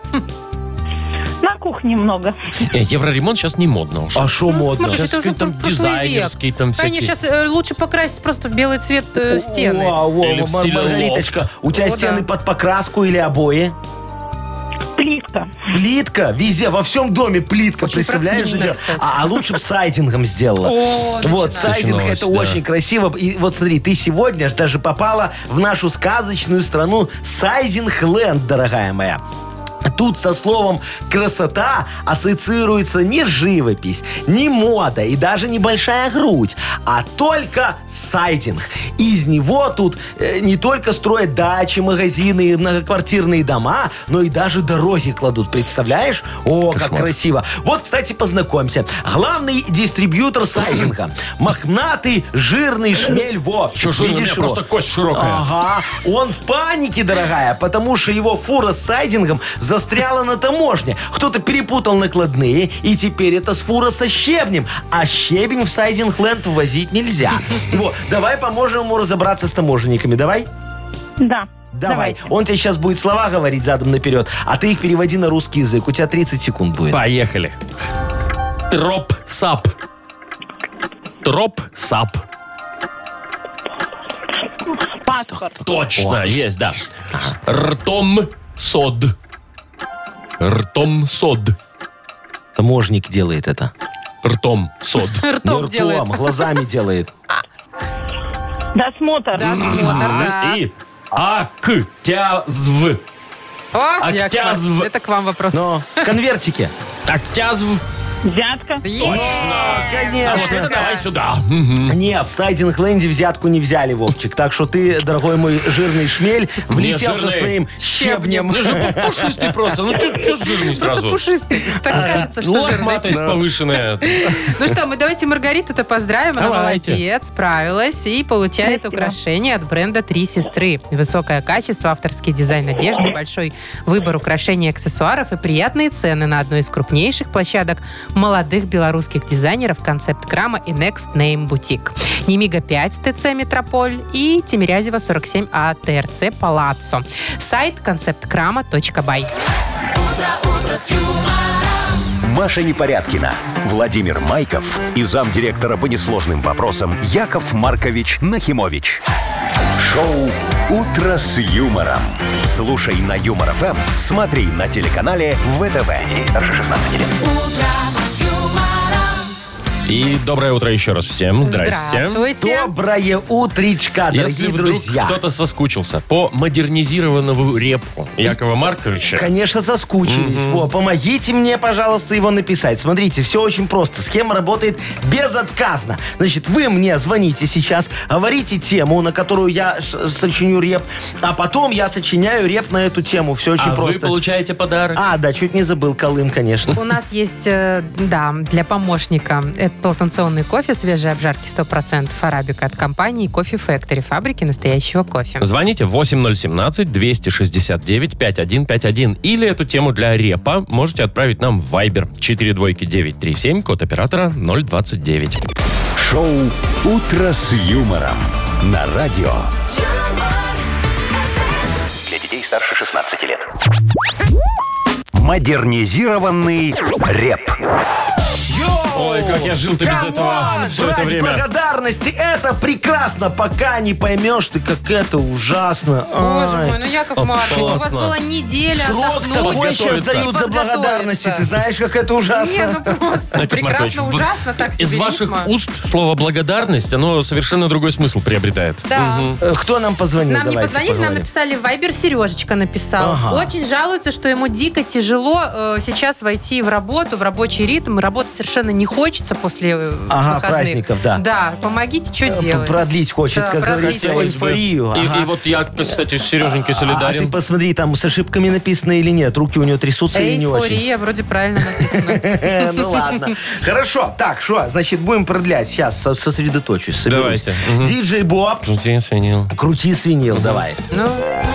На кухне много. Э, Евроремонт сейчас не модно уже. А что модно? Смотри, Сейчас это уже какой-то там прошлый век. дизайнерский, там Конечно, всякие. сейчас э, лучше покрасить просто в белый цвет э, стены. О, о, Или в Мар- стиле Маргариточка, лофт. у тебя О, стены да. под покраску или обои? Плитка. Плитка, везде, во всем доме плитка, Очень представляешь? практично, идет? кстати. А, а лучше бы сайдингом сделала. О, Вот, начинается. сайдинг, Начиналось, это да. очень красиво. И вот смотри, ты сегодня ж даже попала в нашу сказочную страну Сайдинг-ленд, дорогая моя. Тут со словом «красота» ассоциируется не живопись, не мода и даже небольшая грудь, а только сайдинг. Из него тут э, не только строят дачи, магазины и многоквартирные дома, но и даже дороги кладут. Представляешь? О, как красиво. Вот, кстати, познакомься. Главный дистрибьютор сайдинга. Мохнатый, жирный шмель Вовчик. Чё жирный? У меня Видишь его? просто кость широкая. Ага. Он в панике, дорогая, потому что его фура с сайдингом застряла на таможне. Кто-то перепутал накладные, и теперь это с фура со щебнем. А щебень в сайдинг-ленд ввозить нельзя. Вот, давай поможем ему разобраться с таможенниками. Давай? Да. Давай. Давайте. Он тебе сейчас будет слова говорить задом наперед, а ты их переводи на русский язык. У тебя тридцать секунд будет. Поехали. Троп-сап. Троп, сап. Паспорт. Точно, есть, да. Ртом, сод. Ртом, сод. Таможник делает это. Ртом, сод. Ртом Не делает. ртом, глазами делает. Досмотр. Досмотр, да. И актязв. О, Октязв. Яков Маркович, это к вам вопрос. Но в конвертике. Актязв. Взятка. Есть. Конечно. А вот это давай сюда. Мгм. Не, в Сайдинг-Ленде взятку не взяли, Вовчик. Так что ты, дорогой мой жирный шмель, влетел со жирный. своим щебнем. Мне же пу- пушистый просто. Ну, что жирный Просто сразу? пушистый. Так кажется, что жирный. Лохматость повышенная. Ну что, мы давайте Маргариту-то поздравим. Она Давайте. молодец, справилась и получает украшение от бренда «Три сестры». Высокое качество, авторский дизайн одежды, большой выбор украшений и аксессуаров и приятные цены на одной из крупнейших площадок молодых белорусских дизайнеров «Концепт Грамма» и Next Name Boutique. Немига пять ТЦ «Метрополь» и Тимирязева сорок семь А ТРЦ «Палаццо». Сайт концепт грамма точка бай. Маша Непорядкина, Владимир Майков и замдиректора по несложным вопросам Яков Маркович Нахимович. Шоу «Утро с юмором». Слушай на Юмор ФМ, смотри на телеканале ВТВ. Ей старше шестнадцати лет. И доброе утро еще раз всем. Здрасте. Здравствуйте. Доброе утречка, дорогие Если вдруг друзья. кто-то соскучился по модернизированному репу Якова Марковича, Конечно, соскучились. Во, помогите мне, пожалуйста, его написать. Смотрите, все очень просто. Схема работает безотказно. Значит, вы мне звоните сейчас, говорите тему, на которую я ш- сочиню реп, а потом я сочиняю реп на эту тему. Все очень а вы просто. получаете подарок. А, да, чуть не забыл, Колым, конечно. У нас есть, э, да, для помощника это плантационный кофе свежей обжарки сто процентов арабика от компании Coffee Factory, фабрики настоящего кофе. Звоните восемь ноль один семь двести шестьдесят девять пятьдесят один пятьдесят один или эту тему для репа можете отправить нам в Viber четыре двойки девять три семь, код оператора ноль двадцать девять. Шоу «Утро с юмором» на радио. Для детей старше шестнадцати лет. Модернизированный реп. Ой, как я жил-то без Камон! этого все это Брать время. благодарности, это прекрасно, пока не поймешь ты, как это ужасно. Боже Ай. мой, ну Яков Маркович, у вас опасно. была неделя Срок отдохнуть такой сейчас подготовиться. дают и за благодарности. подготовиться. Ты знаешь, как это ужасно? Не, ну просто Яков прекрасно, Маркович, ужасно, так себе Из ваших рифма. уст слово «благодарность», оно совершенно другой смысл приобретает. Да. Э, Кто нам позвонил? Нам не Давайте позвонили, нам поговорим. написали в Viber, Сережечка написал. Ага. Очень жалуется, что ему дико тяжело э, сейчас войти в работу, в рабочий ритм. Работать совершенно не хочется после э, Ага, выходных. праздников, да. Да, помогите, что Э, делать. Продлить хочет, Да, как продлить говорится, хочет. эйфорию. И, Ага. и вот я, кстати, с Сереженькой А ты солидарен. посмотри, там с ошибками написано или нет. Руки у него трясутся или не очень. Эйфория, вроде правильно написано. Ну ладно. Хорошо. Так, что, значит, будем продлять. Сейчас со- сосредоточусь. соберусь. Давайте. Мгм. Диджей Боб, Крути, свинил. крути свинил, давай. Ну,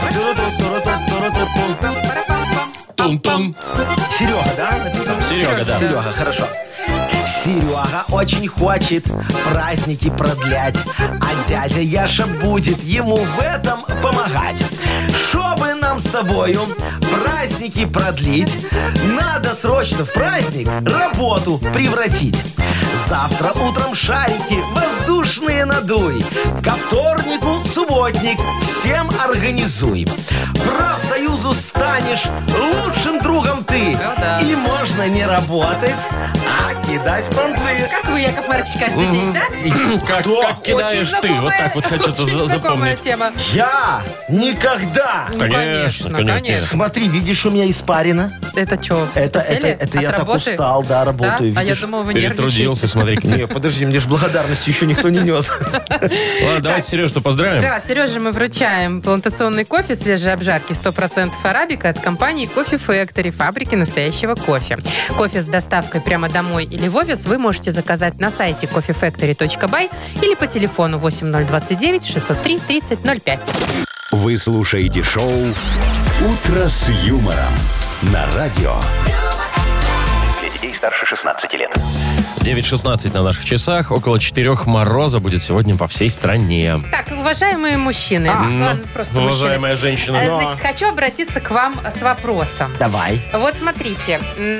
Тун-тун. Серега, да, написал? Серега, да. Серега, хорошо. Серега очень хочет праздники продлять, а дядя Яша будет ему в этом помогать. Чтобы нам с тобою праздники продлить, надо срочно в праздник работу превратить. Завтра утром шарики воздушные надуй, ко вторнику субботник всем организуй. Профсоюзу станешь лучшим другом ты, Ну да. и можно не работать, а кидать понты. как вы, Яков Маркович, каждый день, да? Как, Кто? как кидаешь ты? Вот так вот хочется очень за- знакомая запомнить. тема. Я никогда. Ну, Конечно, конечно, конечно. конечно. Смотри, видишь, у меня испарина. Это что, Это, это, это я так устал, да, работаю. А я видишь? думал, вы Перетрудился, нервничаете. смотри. Не, подожди, мне же благодарности еще никто не нес. Ладно, давайте Сережу поздравим. Да, Сереже мы вручаем плантационный кофе свежей обжарки сто процентов арабика от компании Coffee Factory, фабрики настоящего кофе. Кофе с доставкой прямо домой или в офис вы можете заказать на сайте кофе фэктори точка бай или по телефону восемь ноль двадцать девять шестьсот три тридцать ноль пять. Вы слушаете шоу «Утро с юмором» на радио. Для детей старше шестнадцати лет. девять шестнадцать на наших часах. Около четырех мороза будет сегодня по всей стране. Так, уважаемые мужчины, ладно, просто Уважаемая мужчины. женщина. Э, Значит, хочу обратиться к вам с вопросом. Давай. Вот смотрите, м,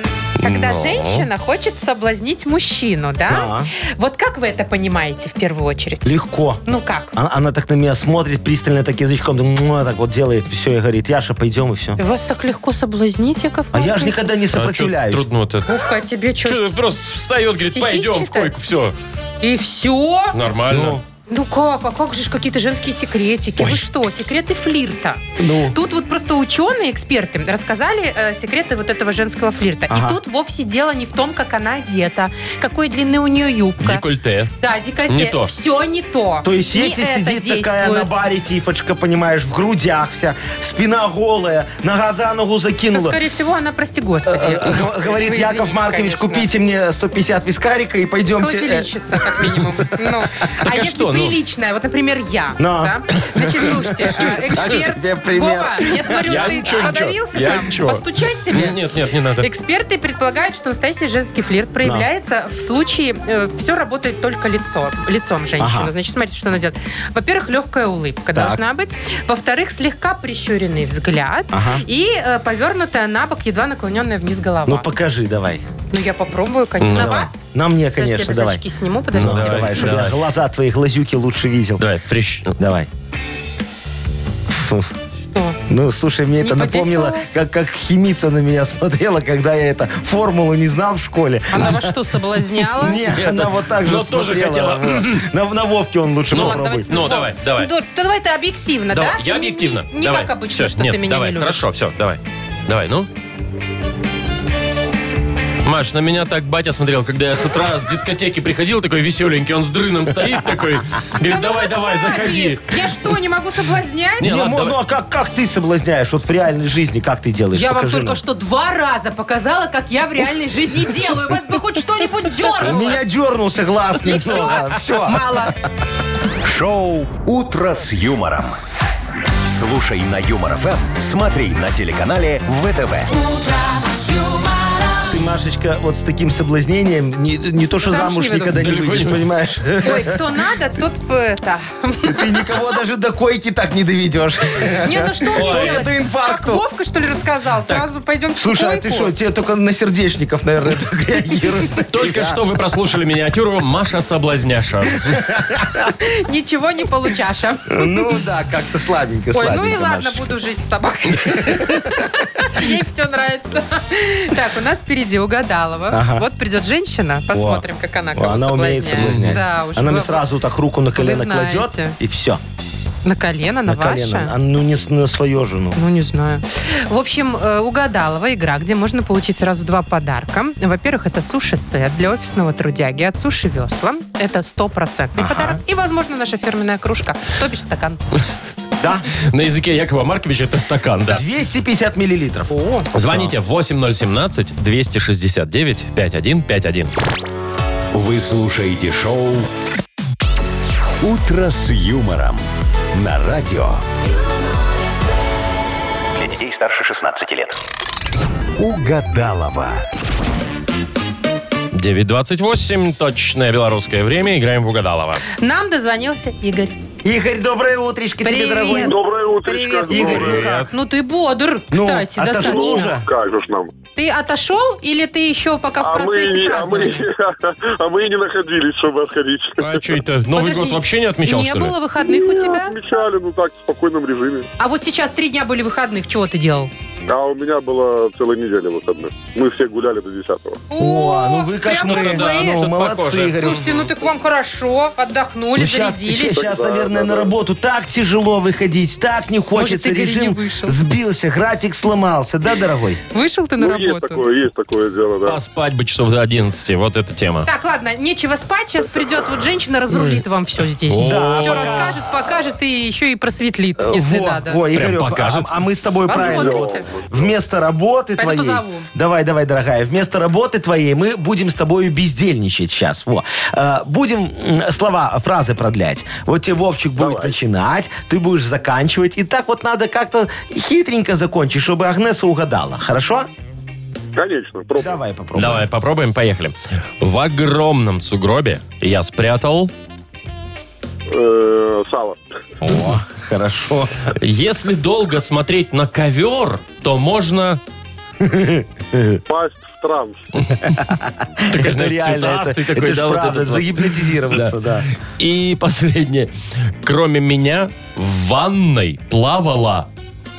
Когда Ну. женщина хочет соблазнить мужчину, да? Да. Вот как вы это понимаете в первую очередь? Легко. Ну как? Она, она так на меня смотрит пристально, так язычком, муа, так вот делает, все, и говорит, Яша, пойдем, и все. Вас так легко соблазнить, Яков А я же Маркович? никогда не А чё сопротивляюсь. трудно вот это? Вовка, а тебе что? Чё, просто встает, говорит, стихи пойдем в читать? койку, все. И все? Нормально. Ну как? А как же ж какие-то женские секретики? Вы что? Секреты флирта. Ну. Тут вот просто ученые, эксперты рассказали э, секреты вот этого женского флирта. Ага. И тут вовсе дело не в том, как она одета, какой длины у нее юбка. Декольте. Да, декольте. Не то. Все не то. То есть, Не если это сидит такая на действует. баре тифочка, понимаешь, в грудях вся, спина голая, нога за ногу Ну, закинула. скорее всего, она, прости господи. Э, э, Яков Говорит, вы Яков извините, Маркович, конечно. купите мне сто пятьдесят вискарика и пойдемте. э, Клофелинщица, как минимум. Ну, Так а а если что, ну? приличная, вот, например, я, Но. да? Значит, слушайте, э, эксперт... тебе пример. Вова, я смотрю, Я ты ничего, подавился ничего. Я там? ничего. Постучать тебе? Нет, нет, не надо. Эксперты предполагают, что настоящий женский флирт проявляется в случае... все работает только лицо, лицом женщины. Ага. Значит, смотрите, что она делает. Во-первых, легкая улыбка Так. должна быть. Во-вторых, слегка прищуренный взгляд. Ага. И э, повернутая на бок, едва наклоненная вниз голова. Ну, покажи, давай. Ну, я попробую, конечно. Ну, На давай. вас? На мне, Подождите, конечно, я давай. очки сниму, Ну, подождите. давай, давай, чтобы давай. я глаза твои, глазюки лучше видел. Давай, фрещ. Давай. Фу. Что? Ну, слушай, мне Не это напомнило, подействовало? как, как химица на меня смотрела, когда я эту формулу не знал в школе. Она вас что, соблазняла? Не, она вот так же но тоже смотрела. хотела. Вот. На, на Вовке он лучше Ну, попробуй. давайте. Ну, давай, давай. Ну, да, давай ты объективно, Давай, да? я Не- объективно. Не, не Давай. как обычно, Всё, что нет, ты меня давай, не любишь. хорошо, все, давай. Давай, ну. Маш, на меня так батя смотрел, когда я с утра с дискотеки приходил, такой веселенький, он с дрыном стоит такой, говорит, Да ну давай, вы давай, заходи. Славик, я что, не могу соблазнять? Не, Не, ладно, Мо, давай. ну а как, как ты соблазняешь? Вот в реальной жизни как ты делаешь? Я вам Покажи только нам. что два раза показала, как я в реальной жизни делаю. У вас бы хоть что-нибудь У дернуло. меня дернулся глаз И все? немного. Все. Мало. Шоу «Утро с юмором». Слушай на Юмор ФМ, смотри на телеканале ВТВ. Ты, Машечка, вот с таким соблазнением не, не то, что Замуж замуж не выйду. никогда не Далеко выйдешь, не- понимаешь? Ой, кто надо, тот э, это. Ты никого даже до койки так не доведешь. Не, ну что мне Ой, делать? до инфаркту. Как Вовка, что ли, рассказал? Сразу пойдем в Слушай, а ты койку? что, тебе только на сердечников, наверное, так реагируют. на Только тебя. что вы прослушали миниатюру Маша Соблазняша. Ничего не получаша. Ну да, как-то слабенько, Ой, слабенько. ну и ладно, Машечка. буду жить с собакой. Ей все нравится. Так, у нас впереди Угадалова. Ага. Вот придет женщина, посмотрим, как она О, кого она умеет соблазняет. соблазнять. Да, уж Она вы- мне сразу так руку на колено знаете. кладет, и все. На колено, на, На ваше? колено. А ну не с- на свою жену. Ну, не знаю. В общем, э, Угадалова игра, где можно получить сразу два подарка. Во-первых, это суши-сет для офисного трудяги от Суши Весла. Это стопроцентный Ага. подарок. И, возможно, наша фирменная кружка, то бишь стакан. Да? На языке Якова Марковича это стакан, да. двести пятьдесят миллилитров. О, Звоните восемь ноль семнадцать двести шестьдесят девять пятьдесят один пятьдесят один. Вы слушаете шоу «Утро с юмором» на радио. Для детей старше шестнадцати лет. Угадалова. девять двадцать восемь, точное белорусское время. Играем в Угадалова. нам дозвонился Игорь. Игорь, доброе утречко тебе, Привет. дорогой. Доброе утречко. Привет, Игорь, Игорь. ну как? Ну, ты бодр, Ну, кстати, отошел достаточно. уже? Как же ж нам? Ты отошел или ты еще пока в А мы, процессе не- а, мы, празднования? а мы и не находились, чтобы отходить. А что это? Новый Подожди, год вообще не отмечал, Не что ли? было выходных у тебя? Отмечали, ну так, в спокойном режиме. А вот сейчас три дня были выходных, чего ты делал? А у меня была целая неделя выходных. Мы все гуляли до десятого. О, ну вы прям кошмары. как да, вы. ну, Ну, что-то молодцы, похоже. Игорь. Слушайте, ну так вам хорошо, отдохнули, Ну, сейчас, зарядились. сейчас, Да, наверное, да, на да. работу так тяжело выходить, так не хочется. Игорь и не Режим вышел. сбился, график сломался, да, дорогой? Вышел ты на Ну, есть работу? такое, есть такое дело, да. Поспать бы часов до одиннадцати, вот эта тема. Так, ладно, нечего спать, сейчас придет вот женщина, разрулит вам все здесь. Да. Все расскажет, покажет и еще и просветлит, если во, надо. во, Прям Игорек, покажет. а, а мы с тобой правильно. Посмотрите. Вместо работы Пойду твоей... позову. Давай, давай, дорогая. Вместо работы твоей мы будем с тобой бездельничать сейчас. Во. Э, будем м, слова, фразы продлять. Вот тебе Вовчик будет начинать, ты будешь заканчивать. И так вот надо как-то хитренько закончить, чтобы Агнеса угадала. Хорошо? Конечно, пробуем. Давай попробуем. Давай, попробуем, поехали. В огромном сугробе я спрятал... Э, сало. О, хорошо. Если долго смотреть на ковер, то можно... Пасть в транс. Такой, Это знаешь, реально, цветастый это, такой, это ж да, вот правда, этот вот. загипнотизироваться, да. И последнее. Кроме меня в ванной плавала.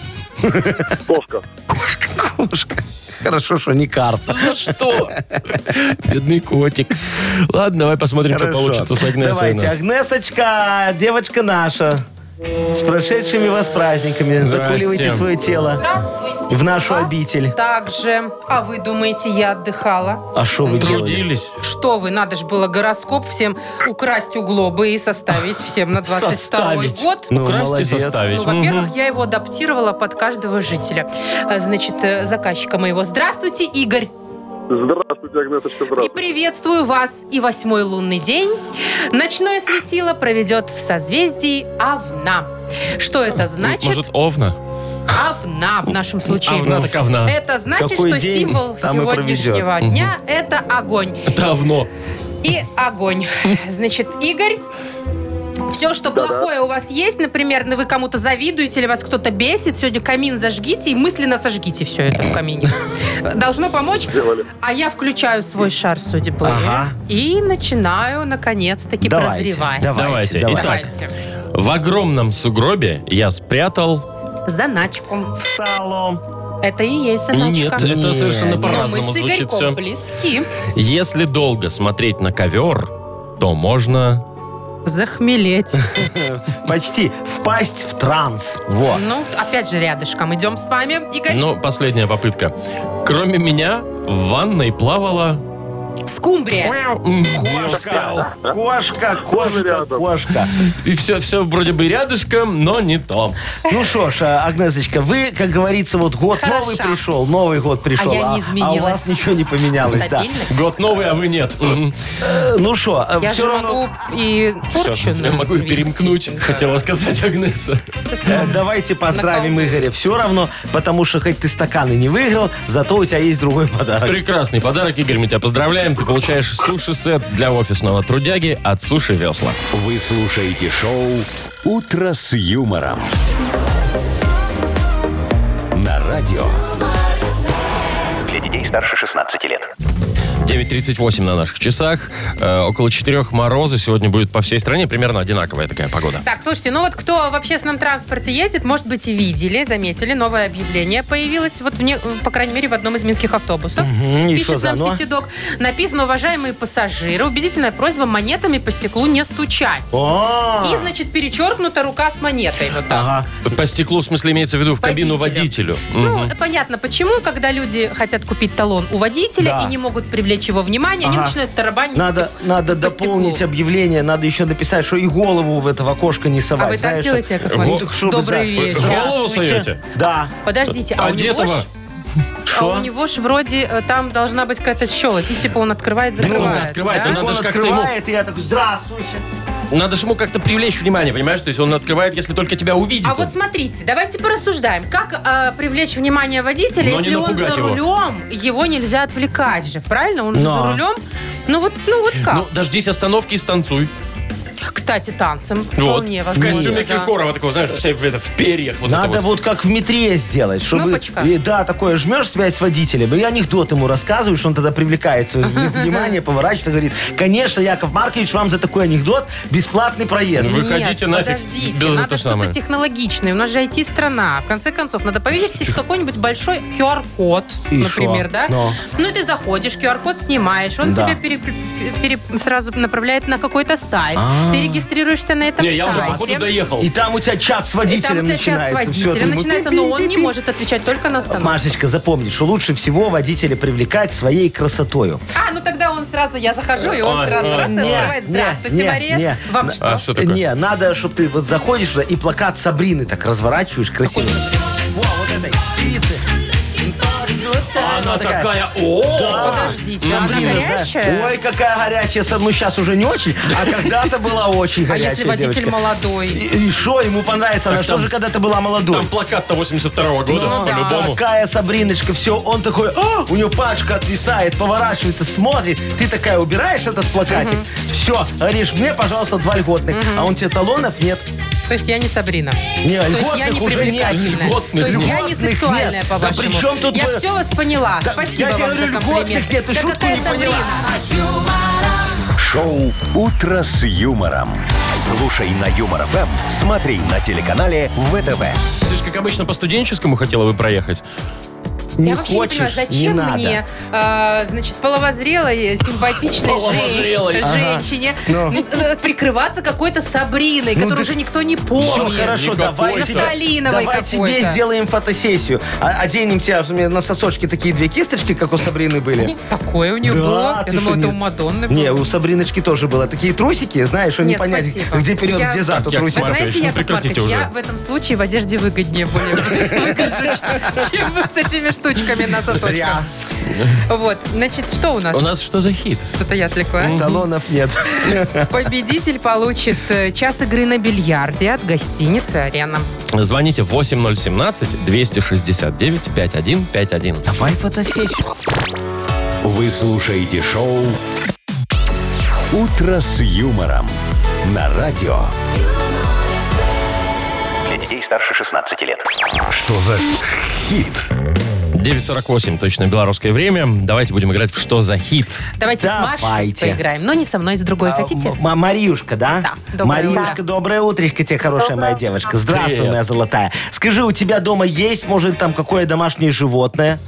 Кошка. Кошка, кошка. Хорошо, что не карп. За что? Бедный котик. Ладно, давай посмотрим, что Хорошо. получится с Агнесой у Давайте, нас. Агнесочка, девочка наша. С прошедшими вас праздниками. Закуливайте свое тело Здравствуйте. в нашу Вас обитель. также. А вы думаете, я отдыхала? А что вы делали? Трудились. Что вы, надо же было гороскоп всем украсть у Глобы и составить всем на двадцать второй Составить. год. Ну, Украсть и молодец. составить. Ну, во-первых, я его адаптировала под каждого жителя. Э, Значит, э, заказчика моего. Здравствуйте, Игорь. Здравствуйте, Агнесочка, И здравствуйте. приветствую вас. И восьмой лунный день ночное светило проведет в созвездии Овна. Что это значит? Может, овна? Овна в нашем случае. Овна так овна. Это значит, Какой что день, символ там и сегодняшнего проведет. дня это огонь. Это овно. И огонь. Значит, Игорь, все, что плохое у вас есть, например, вы кому-то завидуете или вас кто-то бесит, сегодня камин зажгите и мысленно сожгите все это в камине. Должно помочь. Сделали. А я включаю свой шар судьбы Ага. и начинаю, наконец-таки, Давайте, прозревать. давайте, Давайте. давайте. Итак, Давайте. в огромном сугробе я спрятал... Заначку. Сало. Это и есть заначка. Нет, это Нет. совершенно Но Но мы по-разному с звучит Игорьком все. близки. Если долго смотреть на ковер, то можно... Захмелеть. Почти. Впасть в транс. Вот. Ну, опять же, рядышком идем с вами, Игорь. Ну, последняя попытка. Кроме меня в ванной плавала... Скумбрия. М, не успел. Кошка, кошка, кошка, рядом. кошка. И все, все вроде бы рядышком, но не то. Ну что ж, а, Агнесочка, вы, как говорится, вот год Хороша. новый пришел, Новый год пришел, А я не а у изменилась. вас ничего не поменялось, да. Стабильность. Год новый, а вы нет. Мгм. Э, Ну что, Я все же равно... могу и Всё, порчу я могу и навести. перемкнуть, Да. хотела сказать Агнеса. Э, Давайте поздравим На кого? Игоря. Все равно, потому что хоть ты стаканы не выиграл, зато у тебя есть другой подарок. Прекрасный подарок, Игорь, мы тебя поздравляем. Ты получаешь суши-сет для офисного трудяги от Суши Весла. Вы слушаете шоу «Утро с юмором». На радио. Для детей старше шестнадцати лет. девять тридцать восемь на наших часах. Э, около четырех мороза сегодня будет по всей стране. Примерно одинаковая такая погода. Так, слушайте, ну вот кто в общественном транспорте ездит, может быть, и видели, заметили, новое объявление появилось, вот, в не- по крайней мере, в одном из минских автобусов. Мгм, и что Пишет за нам оно? Ситидок. Написано: уважаемые пассажиры, убедительная просьба монетами по стеклу не стучать. О, И, значит, перечеркнута рука с монетой. Вот так. ага. По стеклу, в смысле, имеется в виду в кабину Водителю. водителю. Ну, Мгм. понятно, почему, когда люди хотят купить талон у водителя Да. и не могут привлечь его внимание, они Ага. начинают тарабанить. Надо, стек- надо по дополнить стеклу. объявление, надо еще написать, что и голову в это в окошко не совать. А вы так знаешь, делаете, Яков Ну, Маркович? так что вы Добрый за- вечер. Голову Здравствуйте. суете? Да. Подождите, а у него Одетого? ж... А Шо? у него ж вроде э, там должна быть какая-то щелочь. Ну, типа он открывает, закрывает. он открывает, да? но надо Он ж как-то ему- открывает, и я такой, здравствуйте. Надо же ему как-то привлечь внимание, понимаешь? То есть он открывает, если только тебя увидит. А вот смотрите, давайте порассуждаем. Как э, привлечь внимание водителя, Но не если он напугать за его. рулем, его нельзя отвлекать же, правильно? Он же Но. за рулем. Ну вот, ну вот как? Ну, дождись остановки и станцуй. Кстати, танцем Вот. вполне В возможно. костюме да. Киркорова такого, знаешь, вся в, это, в перьях. Вот Надо это вот. вот как в метре сделать, чтобы... Кнопочка. И, да, такое, жмешь связь с водителем, и анекдот ему рассказываешь, он тогда привлекает свое внимание, поворачивается, говорит, конечно, Яков Маркович, вам за такой анекдот бесплатный проезд. Вы Выходите Нет, нафиг подождите, без надо это что-то самое. технологичное. У нас же ай ти-страна. В конце концов, надо повесить какой-нибудь большой ку ар-код, И например, шо? да? Но. Ну, и ты заходишь, ку ар-код снимаешь, он Да. тебя пере- пере- сразу направляет на какой-то сайт. А. Ты регистрируешься на этом Не, я уже, сайте. походу, доехал. И там у тебя чат с И там водителем у тебя чат с начинается. Всё, водителем ты ему начинается, но он не может отвечать только на остановку. Машечка, запомни, что лучше всего водителя привлекать своей красотою. А, ну тогда он сразу, я захожу, и он Ой, сразу ой. раз и Не, открывает. не, Здравствуйте, не, Мария. не. Вам А, что? А что такое? Не, надо, чтобы ты вот заходишь туда и плакат Сабрины так разворачиваешь красиво. Во, вот этой певицы. Она такая, о! Подождите, она Сабрина, знаешь, горячая? ой, какая горячая. Ну, сейчас уже не очень, а когда-то была очень А горячая если водитель девочка. молодой? И что, ему понравится? Она Так что там- же когда-то была молодой? Там плакат-то восемьдесят второго года, Ну да. по-любому. Такая Сабриночка, все, он такой, а, у него пачка отвисает, поворачивается, смотрит, ты такая убираешь этот плакатик, все, говоришь, мне, пожалуйста, два льготных, а он тебе талонов нет. То есть я не Сабрина. Не, То есть я льготных не уже нет. привлекательная. Льготных. То есть я не Льготных сексуальная, нет. по Да вашему. при чем тут Я вы- все вас поняла. Да, Спасибо я тебе вам за говорю, комплимент. льготных нет, ты Да шутку какая не поняла. Сабрина? Шоу «Утро с юмором». Слушай на Юмор ФМ, смотри на телеканале ВТВ. Ты же, как обычно, по студенческому хотела бы проехать. Не Я вообще не хочешь, понимаю, зачем не надо. мне, э, значит, половозрелой, симпатичной Половозрелой. жен- женщине Ну. э, прикрываться какой-то Сабриной, которую ты- уже никто не Все, помнит. хорошо, Никакой давай там. тебе, Нафталиновой давай тебе какой-то. сделаем фотосессию. А- Оденем тебя, у меня на сосочке такие две кисточки, как у Сабрины были. Такое у нее Да, было. ты Я думала, что, это у не- Мадонны было. Не, у Сабриночки тоже было. Такие трусики, знаешь, что не Нет, понять, спасибо. где вперед, Я- где зад у Яков трусиков. Вы Маркович, знаете, ну Яков прекратите Маркович, уже. я в этом случае в одежде выгоднее более выгляжу, чем вот с этими штучками на сосочках. Зря. Вот, значит, что у нас? У нас что за хит? Что-то я отвлекла. Талонов нет. Победитель получит э, час игры на бильярде от гостиницы «Арена». Звоните восемь ноль семнадцать двести шестьдесят девять пятьдесят один пятьдесят один. Давай фотосессию. Вы слушаете шоу «Утро с юмором» на радио. Для детей старше шестнадцати лет. Что за хит? девять сорок восемь, точно белорусское время. Давайте будем играть в «Что за хит?». Давайте, с Машей Давайте. поиграем. Но не со мной, с другой. Хотите? А, М- Мариюшка, да? Да, доброе Мариюшка, утро. доброе утречко тебе, хорошая моя девочка. Здравствуй, Привет. моя золотая. Скажи, у тебя дома есть, может, там какое домашнее животное?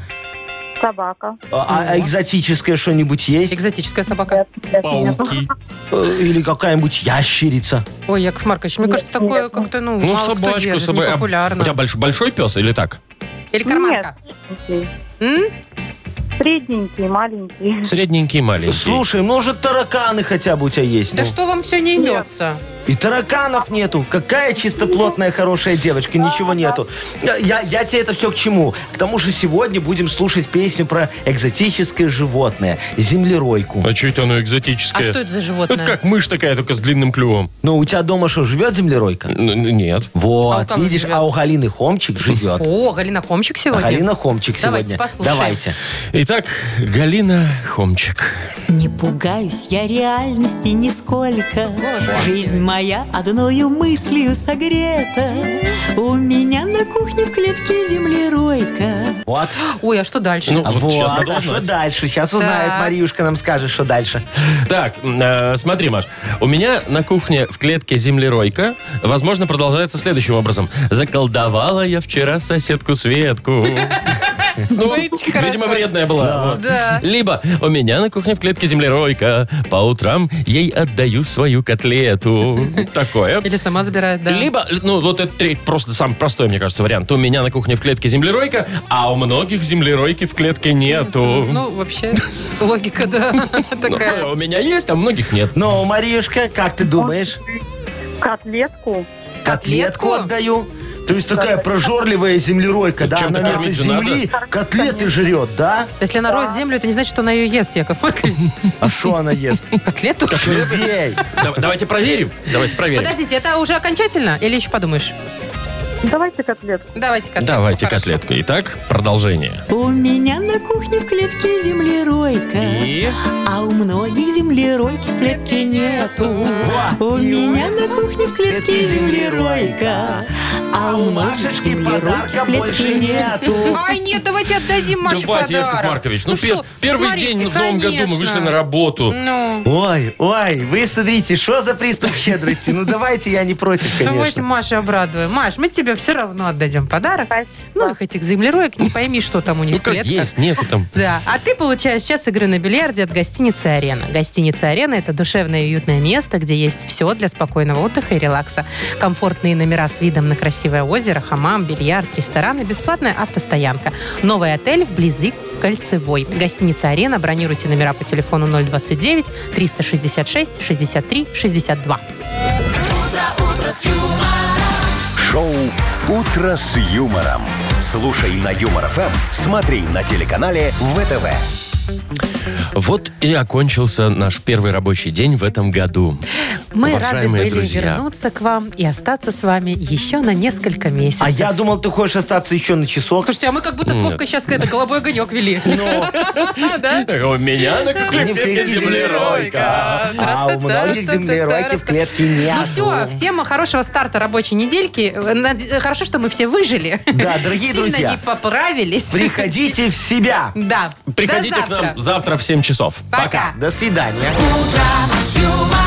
Собака. А, а экзотическое что-нибудь есть? Экзотическая собака. Пауки. Э, Или какая-нибудь ящерица? Ой, Яков Маркович, мне кажется, такое как-то, ну, Ну, мало кто собачка, держит, собака. не А популярно. У тебя большой, большой пес или так? Или карманка. Нет. М? Средненький, маленький. Средненький, маленький. Слушай, может, тараканы хотя бы у тебя есть? Да ну? что вам все не имется? И тараканов нету. Какая чистоплотная, хорошая девочка. Ничего нету. Я, я тебе это все к чему? К тому же сегодня будем слушать песню про экзотическое животное. Землеройку. А что это оно экзотическое? А что это за животное? Это как мышь такая, только с длинным клювом. Ну, у тебя дома что, живет землеройка? Н- н- Нет. Вот, А у кого видишь, живет? а у Галины Хомчик живет. О, Галина Хомчик сегодня. Галина Хомчик Давайте сегодня. послушаем. Давайте. Итак, Галина Хомчик. Не пугаюсь я реальности нисколько. Жизнь моя одною мыслью согрета. У меня на кухне в клетке землеройка. Вот. Ой, а что дальше? Ну, А вот вот, сейчас надо а что узнать. дальше? Сейчас узнает Так. Мариюшка, нам скажет, что дальше. Так, э, смотри, Маш. У меня на кухне в клетке землеройка, возможно, продолжается следующим образом. Заколдовала я вчера соседку Светку. Ну, Очень видимо, хорошо. вредная была. Вот. Да. Либо у меня на кухне в клетке землеройка, по утрам ей отдаю свою котлету. Такое. Или сама забирает, да. Либо, ну, вот это третий, просто самый простой, мне кажется, вариант. У меня на кухне в клетке землеройка, а у многих землеройки в клетке нету. Ну, вообще, логика, да, Ну, такая. у меня есть, а у многих нет. Ну, Мариюшка, как ты думаешь? Котлетку. Котлетку Котлетку? отдаю. То есть такая прожорливая землеройка, да? Чем-то Она вместо кормить же земли котлеты жрет, да? Если она роет землю, это не значит, что она ее ест, Яков Маркович. А что она ест? Котлету? Червей. Да- Давайте проверим. Давайте проверим. Подождите, это уже окончательно? Или еще подумаешь? Давайте котлетку. Давайте котлетку. Давайте Хорошо. котлетку. Итак, продолжение. У меня на кухне в клетке землеройка. И... А у многих землеройки в клетке нету. У меня на кухне в клетке землеройка. А у многих Машечки землеройки подарка в клетке больше нету. Ай, нет, давайте отдадим Маше Давайте, Яков подарок. Маркович. Ну, Ну пер- что, первый смотрите, день в новом году мы конечно. вышли на работу. Ну, Ой, ой, вы смотрите, что за приступ щедрости? Ну давайте, я не против, давайте конечно. Маше обрадуем. Маш, мы тебе все равно отдадим подарок. Ну, их этих землероек, не пойми, что там у них Ну, в как клетках. есть, нету там. Да, а ты получаешь час игры на бильярде от гостиницы «Арена». Гостиница «Арена» — это душевное и уютное место, где есть все для спокойного отдыха и релакса. Комфортные номера с видом на красивое озеро, хамам, бильярд, ресторан и бесплатная автостоянка. Новый отель вблизи Кольцевой. Гостиница «Арена». Бронируйте номера по телефону ноль двадцать девять триста шестьдесят шесть шестьдесят три шестьдесят два. Шоу «Утро с юмором». Слушай на Юмор ФМ, смотри на телеканале ВТВ. Вот и окончился наш первый рабочий день в этом году. Мы рады Уважаемые были друзья. вернуться к вам и остаться с вами еще на несколько месяцев. А я думал, ты хочешь остаться еще на часок. Слушайте, а мы как будто с Вовкой сейчас какой-то голубой огонек вели. Да? У меня на кухне Не в клетке землеройка. А у многих землеройки в клетке нет. Ну все, всем хорошего старта рабочей недельки. Наде- Хорошо, что мы все выжили. Да, дорогие Сильно друзья, не поправились. приходите в себя. Да. Приходите До к завтра. нам завтра в семь часов. Пока. До свидания. Утро с юмором.